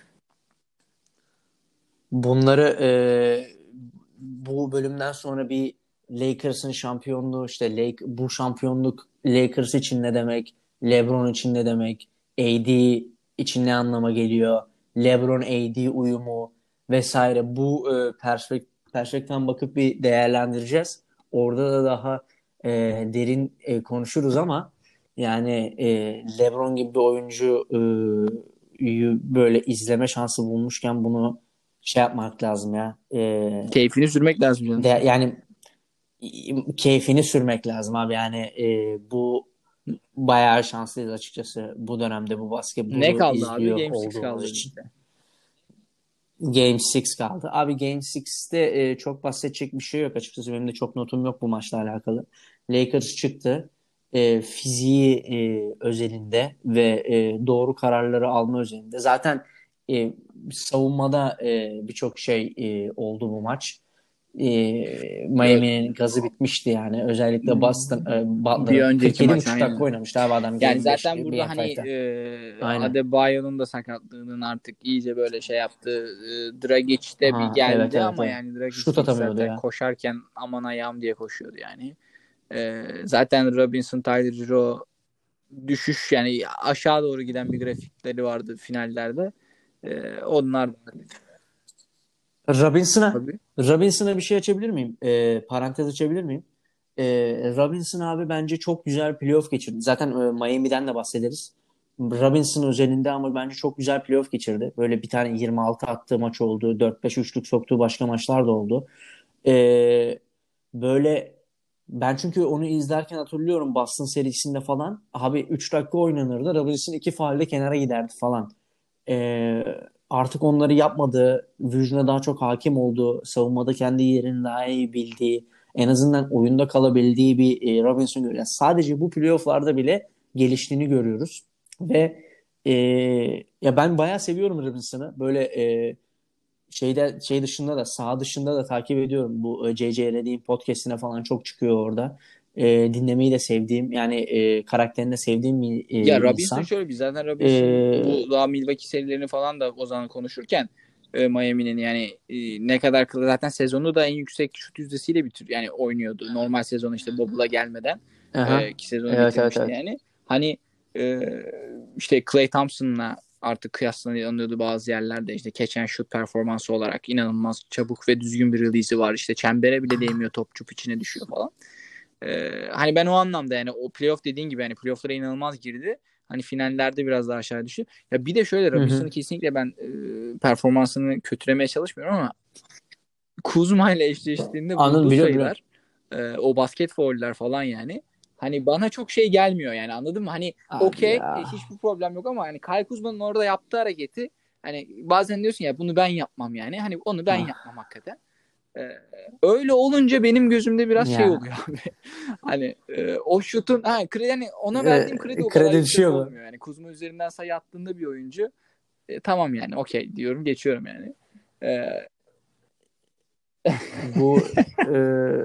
Bunları bu bölümden sonra bir Lakers'ın şampiyonluğu işte bu şampiyonluk Lakers için ne demek? LeBron için ne demek? AD için ne anlama geliyor? LeBron AD uyumu vesaire bu perspektiften bakıp bir değerlendireceğiz. Orada da daha e, derin konuşuruz ama yani LeBron gibi bir oyuncu böyle izleme şansı bulmuşken bunu şey yapmak lazım ya. Keyfini sürmek lazım canım. Yani keyfini sürmek lazım abi. Yani bu bayağı şanslıyız açıkçası bu dönemde bu Ne basketbolu kaldı abi? izliyor Game 6 olduğumuz kaldı için. ligde. Game 6 kaldı. Abi Game 6'te çok bahsedecek bir şey yok açıkçası. Benim de çok notum yok bu maçla alakalı. Lakers çıktı. Fiziği özelinde ve doğru kararları alma özelinde. Zaten savunmada birçok şey oldu bu maç. Evet. Miami'nin gazı bitmişti yani. Özellikle Bir Butler'ın önceki maç 47,5 dakika aynen. oynamıştı abi adam Yani Game 5 zaten burada Game hani 5'te. Aynen. Adebayo'nun da sakatlığının artık iyice böyle şey yaptığı, Dragic de bir Ha, evet geldi evet ama evet. yani Dragic Şut de hiç atamıyordu zaten ya. koşarken aman ayağım diye koşuyordu yani. Zaten Robinson, Tyler Hero düşüş yani aşağı doğru giden bir grafikleri vardı finallerde. Onlar Robinson'a tabii. Robinson'a bir şey açabilir miyim? Parantez açabilir miyim? Robinson abi bence çok güzel playoff geçirdi. Zaten Miami'den de bahsederiz. Robinson özelinde ama bence çok güzel playoff geçirdi. Böyle bir tane 26 attığı maç oldu. 4-5 üçlük soktuğu başka maçlar da oldu. Ee, Böyle ben çünkü onu izlerken hatırlıyorum Boston serisinde falan. Abi 3 dakika oynanırdı. Robinson 2 faulle kenara giderdi falan. Ee, Artık onları yapmadığı, vücuduna daha çok hakim olduğu, savunmada kendi yerini daha iyi bildiği, en azından oyunda kalabildiği bir Robinson görüyoruz. Yani sadece bu playofflarda bile geliştiğini görüyoruz. Ve e, ya ben bayağı seviyorum Robinson'ı. Böyle şey dışında da sağ dışında da takip ediyorum. Bu C.C. Redick'in podcast'ine falan çok çıkıyor orada. Dinlemeyi de sevdiğim yani karakterini de sevdiğim bir Ya Robinson insan. şöyle bir zaten Robinson E, bu daha Milwaukee serilerini falan da o zaman konuşurken Miami'nin yani ne kadar zaten sezonu da en yüksek şut yüzdesiyle yani oynuyordu. Normal sezonu işte Bubble'a gelmeden aha. ki sezonu Evet evet bitirmişti evet. yani. Hani e, işte Klay Thompson'la artık kıyaslanıyordu bazı yerlerde işte catch and shoot performansı olarak inanılmaz çabuk ve düzgün bir release'i var. İşte çembere bile değmiyor top çup içine düşüyor falan. Hani ben o anlamda yani o playoff dediğin gibi yani playoff'lara inanılmaz girdi. Hani finallerde biraz daha aşağı düştü. Ya bir de şöyle Hı Robinson'ı hı. kesinlikle ben performansını kötülemeye çalışmıyorum ama Kuzma ile eşleştiğinde Anladım bulduğu biliyorum biliyorum. sayılar o basket fauller falan yani hani bana çok şey gelmiyor yani anladın mı? Hani Abi okey ya. hiçbir problem yok ama hani Kyle Kuzma'nın orada yaptığı hareketi hani bazen diyorsun ya bunu ben yapmam yani. Hani onu ben Ah, yapmam hakikaten. Ee, Öyle olunca benim gözümde biraz şey ya. oluyor abi. Hani o şutun kredi hani ona verdiğim kredi o kadar Kredi yüksek düşüyor mu? olmuyor. Yani Kuzma üzerinden sayı attığında bir oyuncu tamam yani okey diyorum geçiyorum yani. E, Bu e,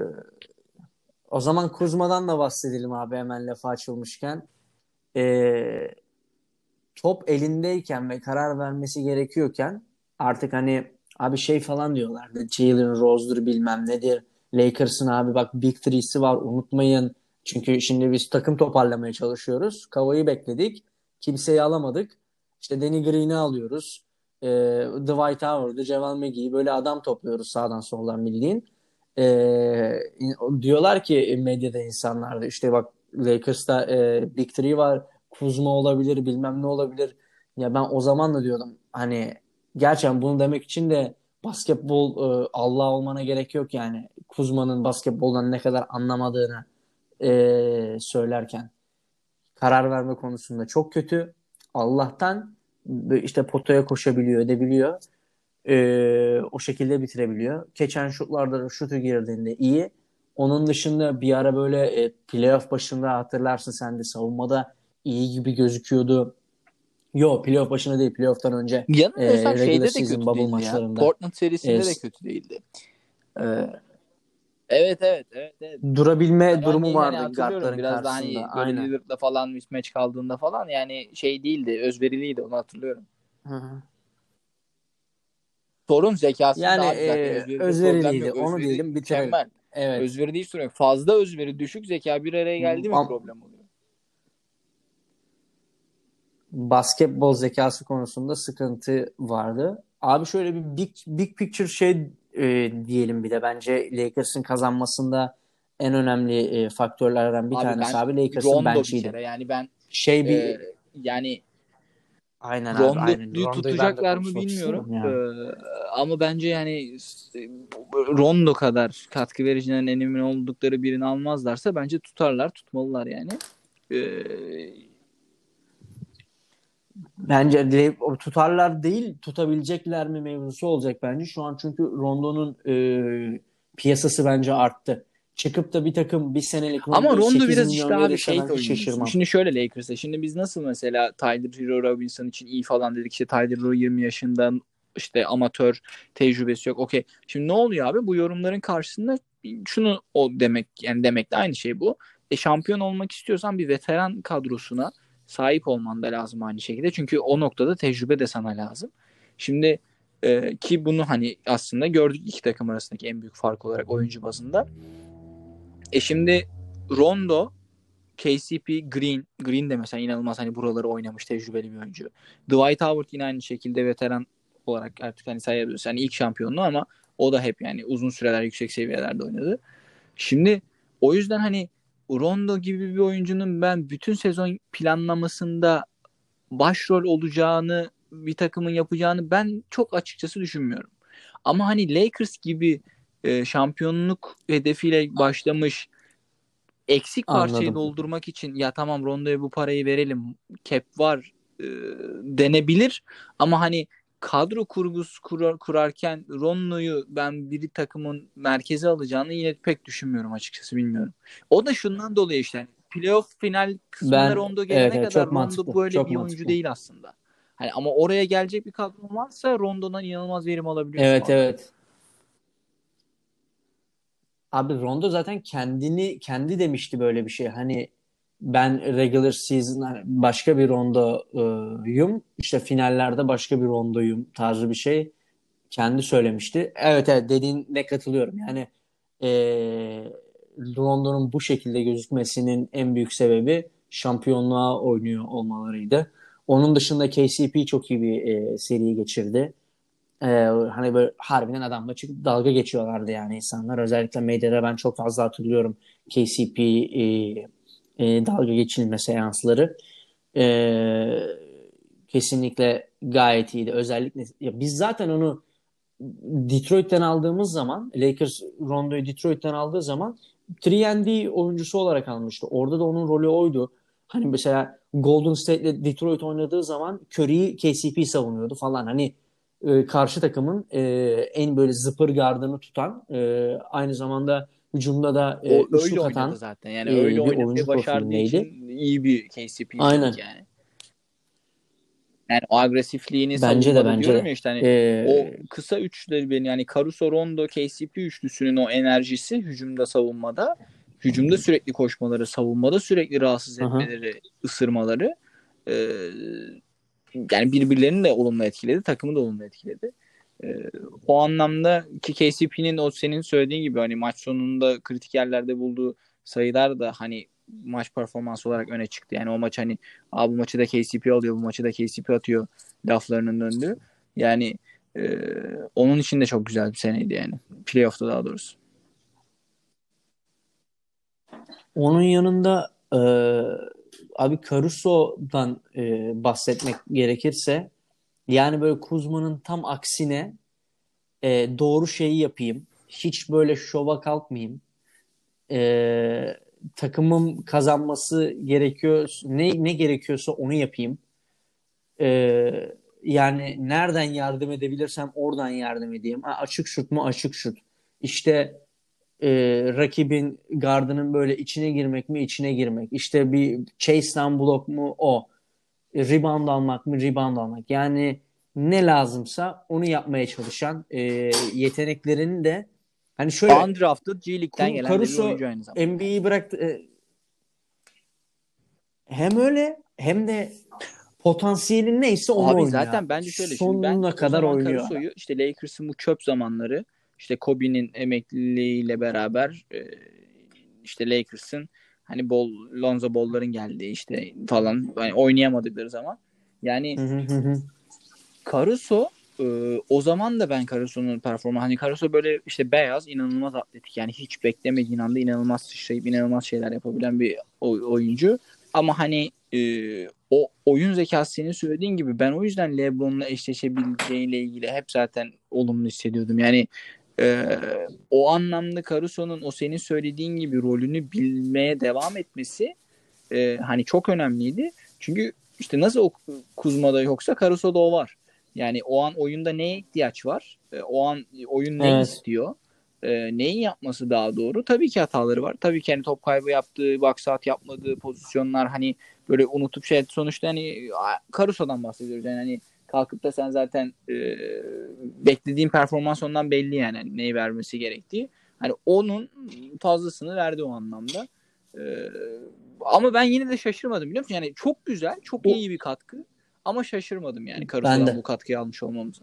o zaman Kuzma'dan da bahsedelim abi hemen lafı açılmışken. E, Top elindeyken ve karar vermesi gerekiyorken artık hani abi şey falan diyorlardı. Jalen Rose'dur bilmem nedir. Lakers'ın abi bak Big Three'si var unutmayın. Çünkü şimdi biz takım toparlamaya çalışıyoruz. Kavayı bekledik. Kimseyi alamadık. İşte Danny Green'i alıyoruz. Dwight Howard'ı, JaVale McGee'yi böyle adam topluyoruz sağdan soldan bildiğin. Diyorlar ki medyada insanlar da işte bak Lakers'ta Big Three var. Kuzma olabilir, bilmem ne olabilir. Ya ben o zaman da diyordum hani gerçekten bunu demek için de basketbol Allah olmana gerek yok yani. Kuzma'nın basketboldan ne kadar anlamadığını söylerken karar verme konusunda çok kötü. Allah'tan işte potaya koşabiliyor, edebiliyor. O şekilde bitirebiliyor. Geçen şutlarda da şutu girdiğinde iyi. Onun dışında bir ara böyle playoff başında hatırlarsın sen de savunmada iyi gibi gözüküyordu. Yo playoff başına değil playoff'tan önce Yanılmıyorsam regular şeyde de season kötü bubble değildi ya. maçlarında Portland e, serisinde de kötü değildi. E, evet evet evet evet. durabilme durumu Hani vardı hatırlıyorum guardların biraz daha karşısında. hani böyle Aynen. Lillard'la falan mismatch kaldığında falan yani şey değildi özveriliydi onu hatırlıyorum. Hı hı. Sorun zekasında Yani abi zaten özveride problem özveriliydi. yok. Onu Özveri diyelim bitirelim. mükemmel. Evet. Özveride hiç sorun yok. Fazla özveri düşük zeka bir araya geldi mi problem oluyor. Basketbol zekası konusunda sıkıntı vardı. Abi şöyle bir big picture şey diyelim bir de bence Lakers'ın kazanmasında en önemli faktörlerden bir Abi tanesi ben abi Lakers'ın Rondo bir bench'iydi. kere yani ben Şey e, bir yani aynen abi aynen. Rondo'yu Rondo'yu ben de tutacaklar mı konuşmak bilmiyorum. istiyorum ya. Ama bence yani Rondo kadar katkı vericinden en emin oldukları birini almazlarsa bence tutarlar, tutmalılar yani. Ee, Bence tutarlar değil, tutabilecekler mi mevzusu olacak bence. Şu an çünkü Rondo'nun piyasası bence arttı. Çıkıp da bir takım bir senelik Ama Rondo'yu Rondo 8 biraz işte milyon abi verirse şey ben hiç oyuncusu. şaşırmam. Şimdi şöyle Lakers'a. Şimdi biz nasıl mesela Tyler Hero Robinson için iyi falan dedik. İşte Tyler Hero 20 yaşında işte amatör tecrübesi yok. Okey. Şimdi ne oluyor abi? Bu yorumların karşısında şunu o demek, yani demekle aynı şey bu. Şampiyon olmak istiyorsan bir veteran kadrosuna sahip olman da lazım aynı şekilde. Çünkü o noktada tecrübe de sana lazım. Şimdi ki bunu hani aslında gördük iki takım arasındaki en büyük fark olarak oyuncu bazında. Şimdi Rondo, KCP, Green de mesela inanılmaz hani buraları oynamış tecrübeli bir oyuncu. Dwight Howard yine aynı şekilde veteran olarak artık hani sayabiliriz. Hani ilk şampiyonluğu ama o da hep yani uzun süreler yüksek seviyelerde oynadı. Şimdi o yüzden hani Rondo gibi bir oyuncunun ben bütün sezon planlamasında başrol olacağını, bir takımın yapacağını ben çok açıkçası düşünmüyorum. Ama hani Lakers gibi şampiyonluk hedefiyle başlamış, eksik parçayı Anladım. doldurmak için ya tamam Rondo'ya bu parayı verelim, cap var denebilir ama hani kadro kurgusu kurarken Rondo'yu ben bir takımın merkeze alacağını yine pek düşünmüyorum açıkçası, bilmiyorum. O da şundan dolayı işte hani playoff final kısmına Ben Rondo evet, gelene evet, kadar çok Rondo mantıklı. böyle Çok bir oyuncu mantıklı. değil aslında. Hani ama oraya gelecek bir kadro varsa Rondo'dan inanılmaz verim alabiliyorsun Evet, orada. evet. Abi Rondo zaten kendi demişti böyle bir şey. Hani ben regular season hani başka bir Rondo'yum. İşte finallerde başka bir Rondo'yum tarzı bir şey kendi söylemişti. Evet, evet, dediğine katılıyorum. Yani Rondo'nun bu şekilde gözükmesinin en büyük sebebi şampiyonluğa oynuyor olmalarıydı. Onun dışında KCP çok iyi bir seri geçirdi. Ee, Hani böyle harbiden adamla çıkıp dalga geçiyorlardı yani insanlar. Özellikle medyada ben çok fazla hatırlıyorum KCP dalga geçilme seansları. Ee, Kesinlikle gayet iyiydi. Özellikle ya biz zaten onu Detroit'ten aldığımız zaman, Lakers Rondo'yu Detroit'ten aldığı zaman 3&D oyuncusu olarak almıştı. Orada da onun rolü oydu. Hani mesela Golden State'le Detroit oynadığı zaman Curry'i KCP savunuyordu falan. Hani karşı takımın en böyle zıpır gardını tutan, aynı zamanda hücumda da O öyle üçlük oynadı atan zaten. Yani öyle bir oynamayı oyuncu başardığı profilindeydi. için iyi bir KCP izledik Aynen. yani. Yani o agresifliğini Bence de, savunmada bence diyorum de. ya işte hani o E, kısa üçleri beni yani Caruso, Rondo, KCP üçlüsünün o enerjisi hücumda, savunmada, hücumda sürekli koşmaları, savunmada sürekli rahatsız aha. etmeleri, ısırmaları e, yani birbirlerini de olumlu etkiledi, takımı da olumlu etkiledi. O anlamda ki KCP'nin o senin söylediğin gibi hani maç sonunda kritik yerlerde bulduğu sayılar da hani maç performansı olarak öne çıktı. Yani o maç hani bu maçı da KCP alıyor, bu maçı da KCP atıyor laflarının döndüğü. Yani onun için de çok güzel bir seneydi yani. Playoff'ta daha doğrusu. Onun yanında abi Caruso'dan bahsetmek gerekirse, yani böyle Kuzma'nın tam aksine doğru şeyi yapayım. Hiç böyle şova kalkmayayım. Takımım kazanması gerekiyor. Ne gerekiyorsa onu yapayım. Yani nereden yardım edebilirsem oradan yardım edeyim. Açık şut mu? Açık şut. İşte rakibin gardının böyle içine girmek mi? İçine girmek. İşte bir chase down block mu? O. Rebound almak mı? Rebound almak. Yani ne lazımsa onu yapmaya çalışan, yeteneklerini de hani şöyle, Undrafted G League'den gelen de bir Caruso oyuncu aynı zamanda. NBA'yi bıraktı. Hem öyle hem de potansiyelin neyse onu Abi oynuyor zaten abi. bence şöyle, şimdi ben Sonuna o kadar zaman oynuyor adam. Caruso'yu işte Lakers'ın bu çöp zamanları, işte Kobe'nin emekliliğiyle beraber işte Lakers'ın hani Lonzo Ball'ların geldiği işte falan hani oynayamadıkları zaman yani Hı hı hı hı. Caruso e, o zaman da ben Caruso'nun performansı, hani Caruso böyle işte beyaz, inanılmaz atletik, yani hiç beklemediğin anda inanılmaz sıçrayıp inanılmaz şeyler yapabilen bir oyuncu. Ama hani o oyun zekası senin söylediğin gibi, ben o yüzden LeBron'la eşleşebileceğiyle ilgili hep zaten olumlu hissediyordum. Yani e, o anlamda Caruso'nun o senin söylediğin gibi rolünü bilmeye devam etmesi hani çok önemliydi. Çünkü işte nasıl o Kuzma'da yoksa Caruso'da o var. Yani o an oyunda neye ihtiyaç var? O an oyun ne Evet. istiyor? Neyin yapması daha doğru? Tabii ki hataları var. Tabii ki hani top kaybı yaptığı, box out yapmadığı pozisyonlar hani böyle unutup şey, sonuçta hani Caruso'dan bahsediyoruz. Yani hani kalkıp da sen zaten beklediğin performans ondan belli yani. Hani neyi vermesi gerektiği. Hani onun fazlasını verdi o anlamda. E, Ama ben yine de şaşırmadım biliyor musun? Yani çok güzel, çok O, iyi bir katkı. Ama şaşırmadım yani ben Caruso'dan bu de. katkıyı almış olmamıza.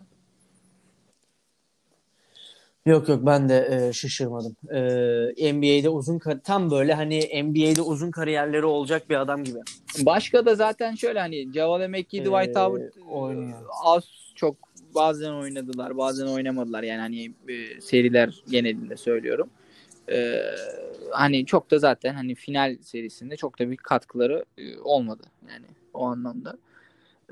Yok yok, ben de şaşırmadım. NBA'de tam böyle hani NBA'de uzun kariyerleri olacak bir adam gibi Başka da zaten şöyle hani Javal McGee, Dwight Howard oynuyor. az çok bazen oynadılar, bazen oynamadılar. Yani hani seriler genelinde söylüyorum. E, Hani çok da zaten hani final serisinde çok da bir katkıları olmadı yani o anlamda. E,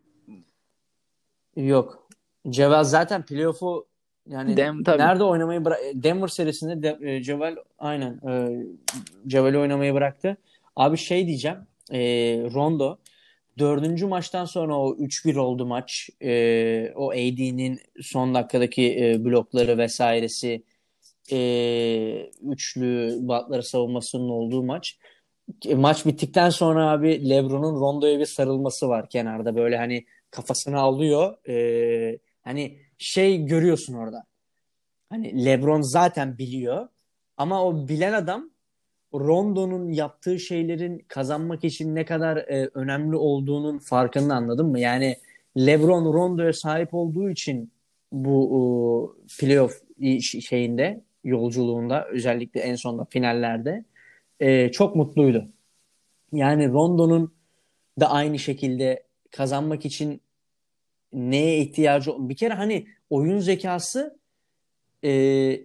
Yok. Ceval zaten playoff'u yani tabii. nerede oynamayı Denver serisinde Ceval aynen Ceval'i oynamayı bıraktı. Abi şey diyeceğim. Rondo dördüncü maçtan sonra o 3-1 oldu maç. O AD'nin son dakikadaki blokları vesairesi, üçlü batları savunmasının olduğu maç. Maç bittikten sonra abi LeBron'un Rondo'ya bir sarılması var kenarda. Böyle hani kafasını alıyor. Hani şey görüyorsun orada. Hani LeBron zaten biliyor. Ama o bilen adam Rondo'nun yaptığı şeylerin kazanmak için ne kadar önemli olduğunun farkında, anladın mı? Yani LeBron Rondo'ya sahip olduğu için bu playoff şeyinde, yolculuğunda, özellikle en sonunda finallerde çok mutluydu. Yani Rondo'nun da aynı şekilde kazanmak için neye ihtiyacı, bir kere hani oyun zekası, e,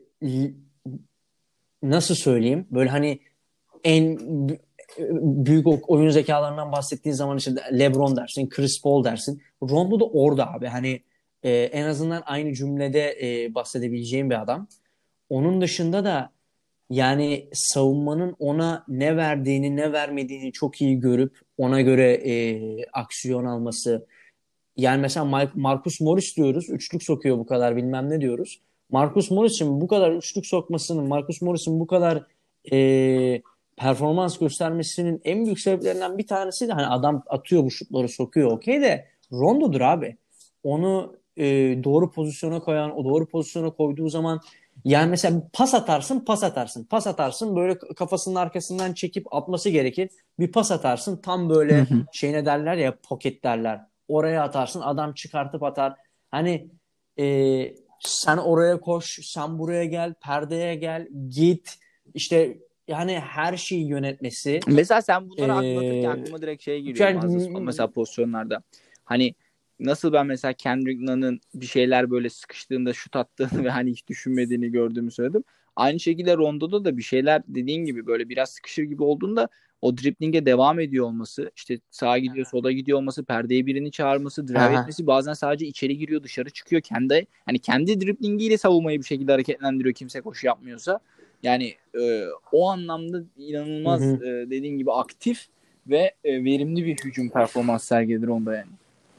nasıl söyleyeyim, böyle hani en büyük oyun zekalarından bahsettiğin zaman işte LeBron dersin, Chris Paul dersin. Rondo da orada abi. Hani en azından aynı cümlede bahsedebileceğim bir adam. Onun dışında da yani savunmanın ona ne verdiğini, ne vermediğini çok iyi görüp ona göre aksiyon alması. Yani mesela Marcus Morris diyoruz. Üçlük sokuyor bu kadar bilmem ne diyoruz. Marcus Morris'in bu kadar üçlük sokmasının, Marcus Morris'in bu kadar performans göstermesinin en büyük sebeplerinden bir tanesi de hani adam atıyor bu şutları, sokuyor, okey, de Rondo'dur abi. Onu doğru pozisyona koyan, o doğru pozisyona koyduğu zaman yani mesela pas atarsın, pas atarsın, pas atarsın, böyle kafasının arkasından çekip atması gerekir. Bir pas atarsın, tam Hı böyle hı. şeyine derler ya, pocket derler. Oraya atarsın, adam çıkartıp atar. Hani sen oraya koş, sen buraya gel, perdeye gel, git. İşte yani her şeyi yönetmesi. Mesela sen bunları anlatırken E, aklıma direkt şey geliyor bazı yani, mesela pozisyonlarda. Hani nasıl ben mesela Kendrick Nunn'ın bir şeyler böyle sıkıştığında şut attığını ve hani hiç düşünmediğini gördüğümü söyledim. Aynı şekilde Rondo'da da bir şeyler dediğin gibi böyle biraz sıkışır gibi olduğunda o dribbling'e devam ediyor olması, işte sağa gidiyor, sola gidiyor olması, perdeye birini çağırması, drive aha, etmesi, bazen sadece içeri giriyor, dışarı çıkıyor. Kendi driblingiyle savunmayı bir şekilde hareketlendiriyor kimse koşu yapmıyorsa. Yani o anlamda hı inanılmaz hı. dediğin gibi aktif ve verimli bir hücum performans sergiledir onda yani.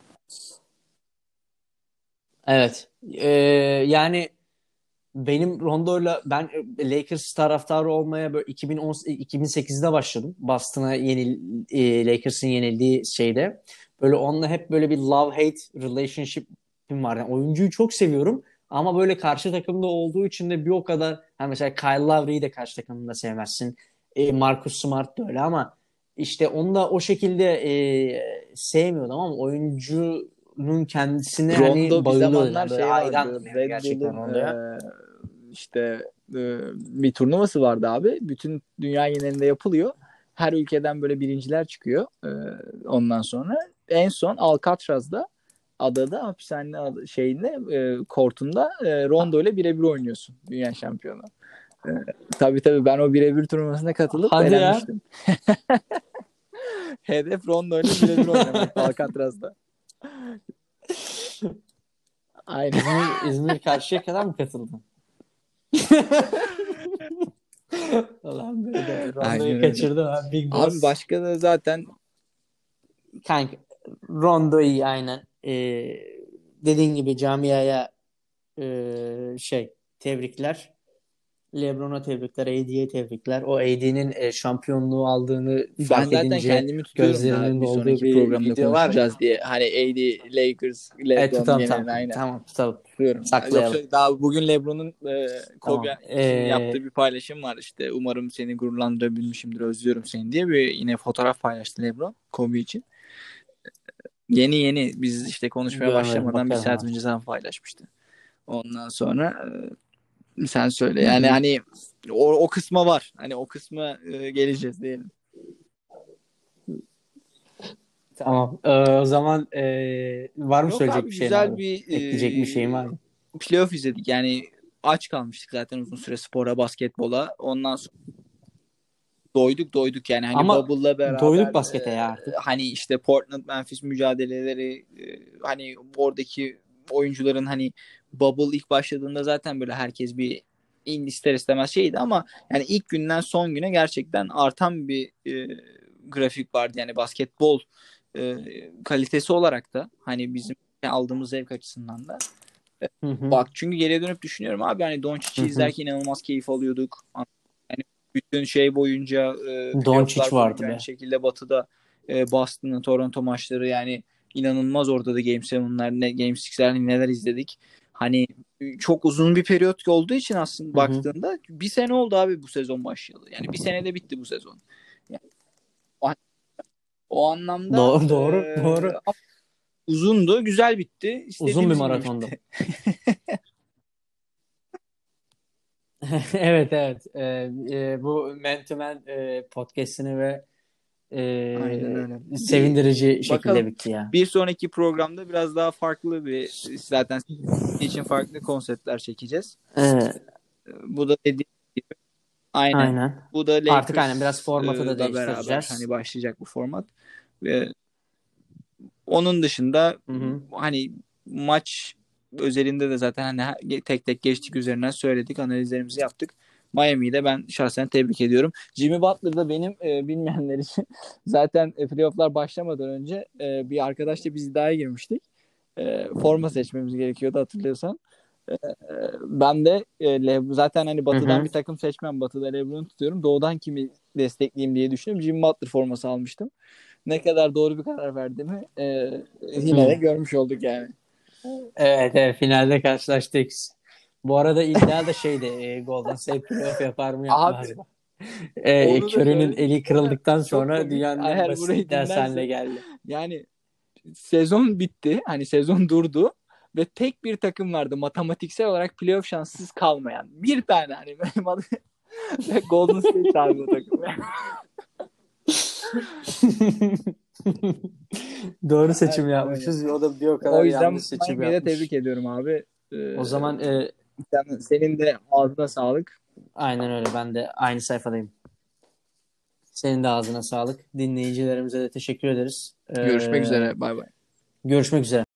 Evet. Yani benim Rondo'yla ben Lakers taraftarı olmaya böyle 2010 2008'de başladım. Boston'a Lakers'ın yenildiği şeyde. Böyle onunla hep böyle bir love hate relationship'im var. Yani oyuncuyu çok seviyorum ama böyle karşı takımda olduğu için de bir o kadar, hani mesela Kyle Lowry'yi de karşı takımında sevmezsin. Marcus Smart da öyle ama işte onu da o şekilde sevmiyordum ama oyuncunun kendisine Rondo hani bir bağlıyordum. zamanlar Yani böyle şey vardı. hayrandım yani Red gerçekten Bull'un Rondo'ya. işte bir turnuvası vardı abi. Bütün dünya genelinde yapılıyor. Her ülkeden böyle birinciler çıkıyor. Ondan sonra en son Alcatraz'da adada hapishane şeyinde kortunda Rondo ile birebir oynuyorsun dünya şampiyonu. E, tabii ben o birebir turnuvasına katılıp Hadi ya. elenmiştim. Hedef Rondo ile birebir oynamak Alcatraz'da. Aynen. İzmir Karşıyaka'dan mı katıldın? Ulan böyle Rondo'yu Aynen öyle. kaçırdı ha Big Abi Boss. başka da zaten Kanka Rondo iyi aynen. Dediğin gibi camiaya tebrikler. LeBron'a tebrikler, AD'ye tebrikler. O AD'nin şampiyonluğu aldığını Ben fark zaten edince kendimi tutuyorum da gözlerinin bir dolduğu sonraki bir programda video var ya. konuşacağız diye. Hani AD, Lakers, LeBron Tutalım, gene tamam. aynen Tamam, tutalım. tutuyorum. Saklayalım. Yoksa daha bugün LeBron'un Kobe Tamam. için yaptığı bir paylaşım var işte. Umarım seni gururlandırabilmişimdir, özlüyorum seni diye bir yine fotoğraf paylaştı LeBron Kobe için. Yeni biz işte konuşmaya Görmedim, başlamadan bir bakarım saat abi. önce sen paylaşmıştın. Ondan sonra sen söyle. Hı Yani hı. hani o kısma var. Hani o kısma geleceğiz diyelim. Tamam. O zaman var mı Yok söyleyecek abi, bir şeyin güzel abi? bir Ekleyecek bir şeyin var mı? playoff izledik. Yani aç kalmıştık zaten uzun süre spora, basketbola. Ondan sonra doyduk yani hani Ama Bubble'la beraber doyduk baskete ya artık. hani işte Portland Memphis mücadeleleri, hani oradaki oyuncuların hani Bubble ilk başladığında zaten böyle herkes bir ister istemez şeydi ama yani ilk günden son güne gerçekten artan bir grafik vardı yani basketbol e, kalitesi olarak da hani bizim aldığımız zevk açısından da. Hı hı. Bak çünkü geriye dönüp düşünüyorum abi, hani Hı Doncic'i hı. izlerken inanılmaz keyif alıyorduk. Yani bütün şey boyunca, Doncic playofflar vardı boyunca aynı be. şekilde Batı'da Boston'ın Toronto maçları yani inanılmaz, orada da Game 7'ler, Game 6'ler neler izledik. Hani çok uzun bir periyot olduğu için aslında Hı hı. baktığında bir sene oldu abi bu sezon başladı. Yani bir senede bitti bu sezon. Yani o anlamda Doğru, doğru, doğru. uzundu, güzel bitti. Uzun bir İstediğimiz gibi maratondu. bitti. Evet, evet. Bu Man to Man podcast'ini ve Aynen öyle. sevindirici şekilde Bakalım. bitti ya. Bir sonraki programda biraz daha farklı bir, zaten için farklı konseptler çekeceğiz. Ee, Bu da dediğim gibi aynen. aynen. Bu da Artık aynen biraz formatı da Lakers'la beraber hani değiştireceğiz. başlayacak bu format. Ve onun dışında Hı hı. hani maç özelinde de zaten hani tek tek geçtik, üzerinden söyledik, analizlerimizi yaptık. Miami'yi de ben şahsen tebrik ediyorum. Jimmy Butler da benim, bilmeyenler için zaten playofflar başlamadan önce bir arkadaşla biz iddiaya girmiştik. Forma seçmemiz gerekiyordu, hatırlıyorsan. E, Ben de zaten hani Hı Batı'dan hı. bir takım seçmem. Batı'da LeBron'u tutuyorum. Doğu'dan kimi destekleyeyim diye düşünüyorum. Jimmy Butler forması almıştım. Ne kadar doğru bir karar verdiğimi yine de Hı. görmüş olduk yani. Evet, evet, finalde karşılaştık. Bu arada iddia da şeydi, Golden State playoff yapar mı Abi yapmaz mı? onu da Curry'nin söyledik eli sonra, kırıldıktan çok sonra komik. dünyanın en Eğer basit burayı iddiası haline dinlerse, geldi. yani sezon bitti. Hani sezon durdu ve tek bir takım vardı matematiksel olarak playoff şanssız kalmayan. Bir tane, hani benim adı ve Golden State abi o takım. Doğru seçim Aynen öyle. yapmışız. O da bir o O kadar yüzden yanlış seçim Miami'yi de yapmış. tebrik ediyorum abi. O zaman Senin de ağzına sağlık. aynen öyle. Ben de aynı sayfadayım. Senin de ağzına sağlık. Dinleyicilerimize de teşekkür ederiz. Görüşmek üzere. Bay bay. Görüşmek üzere.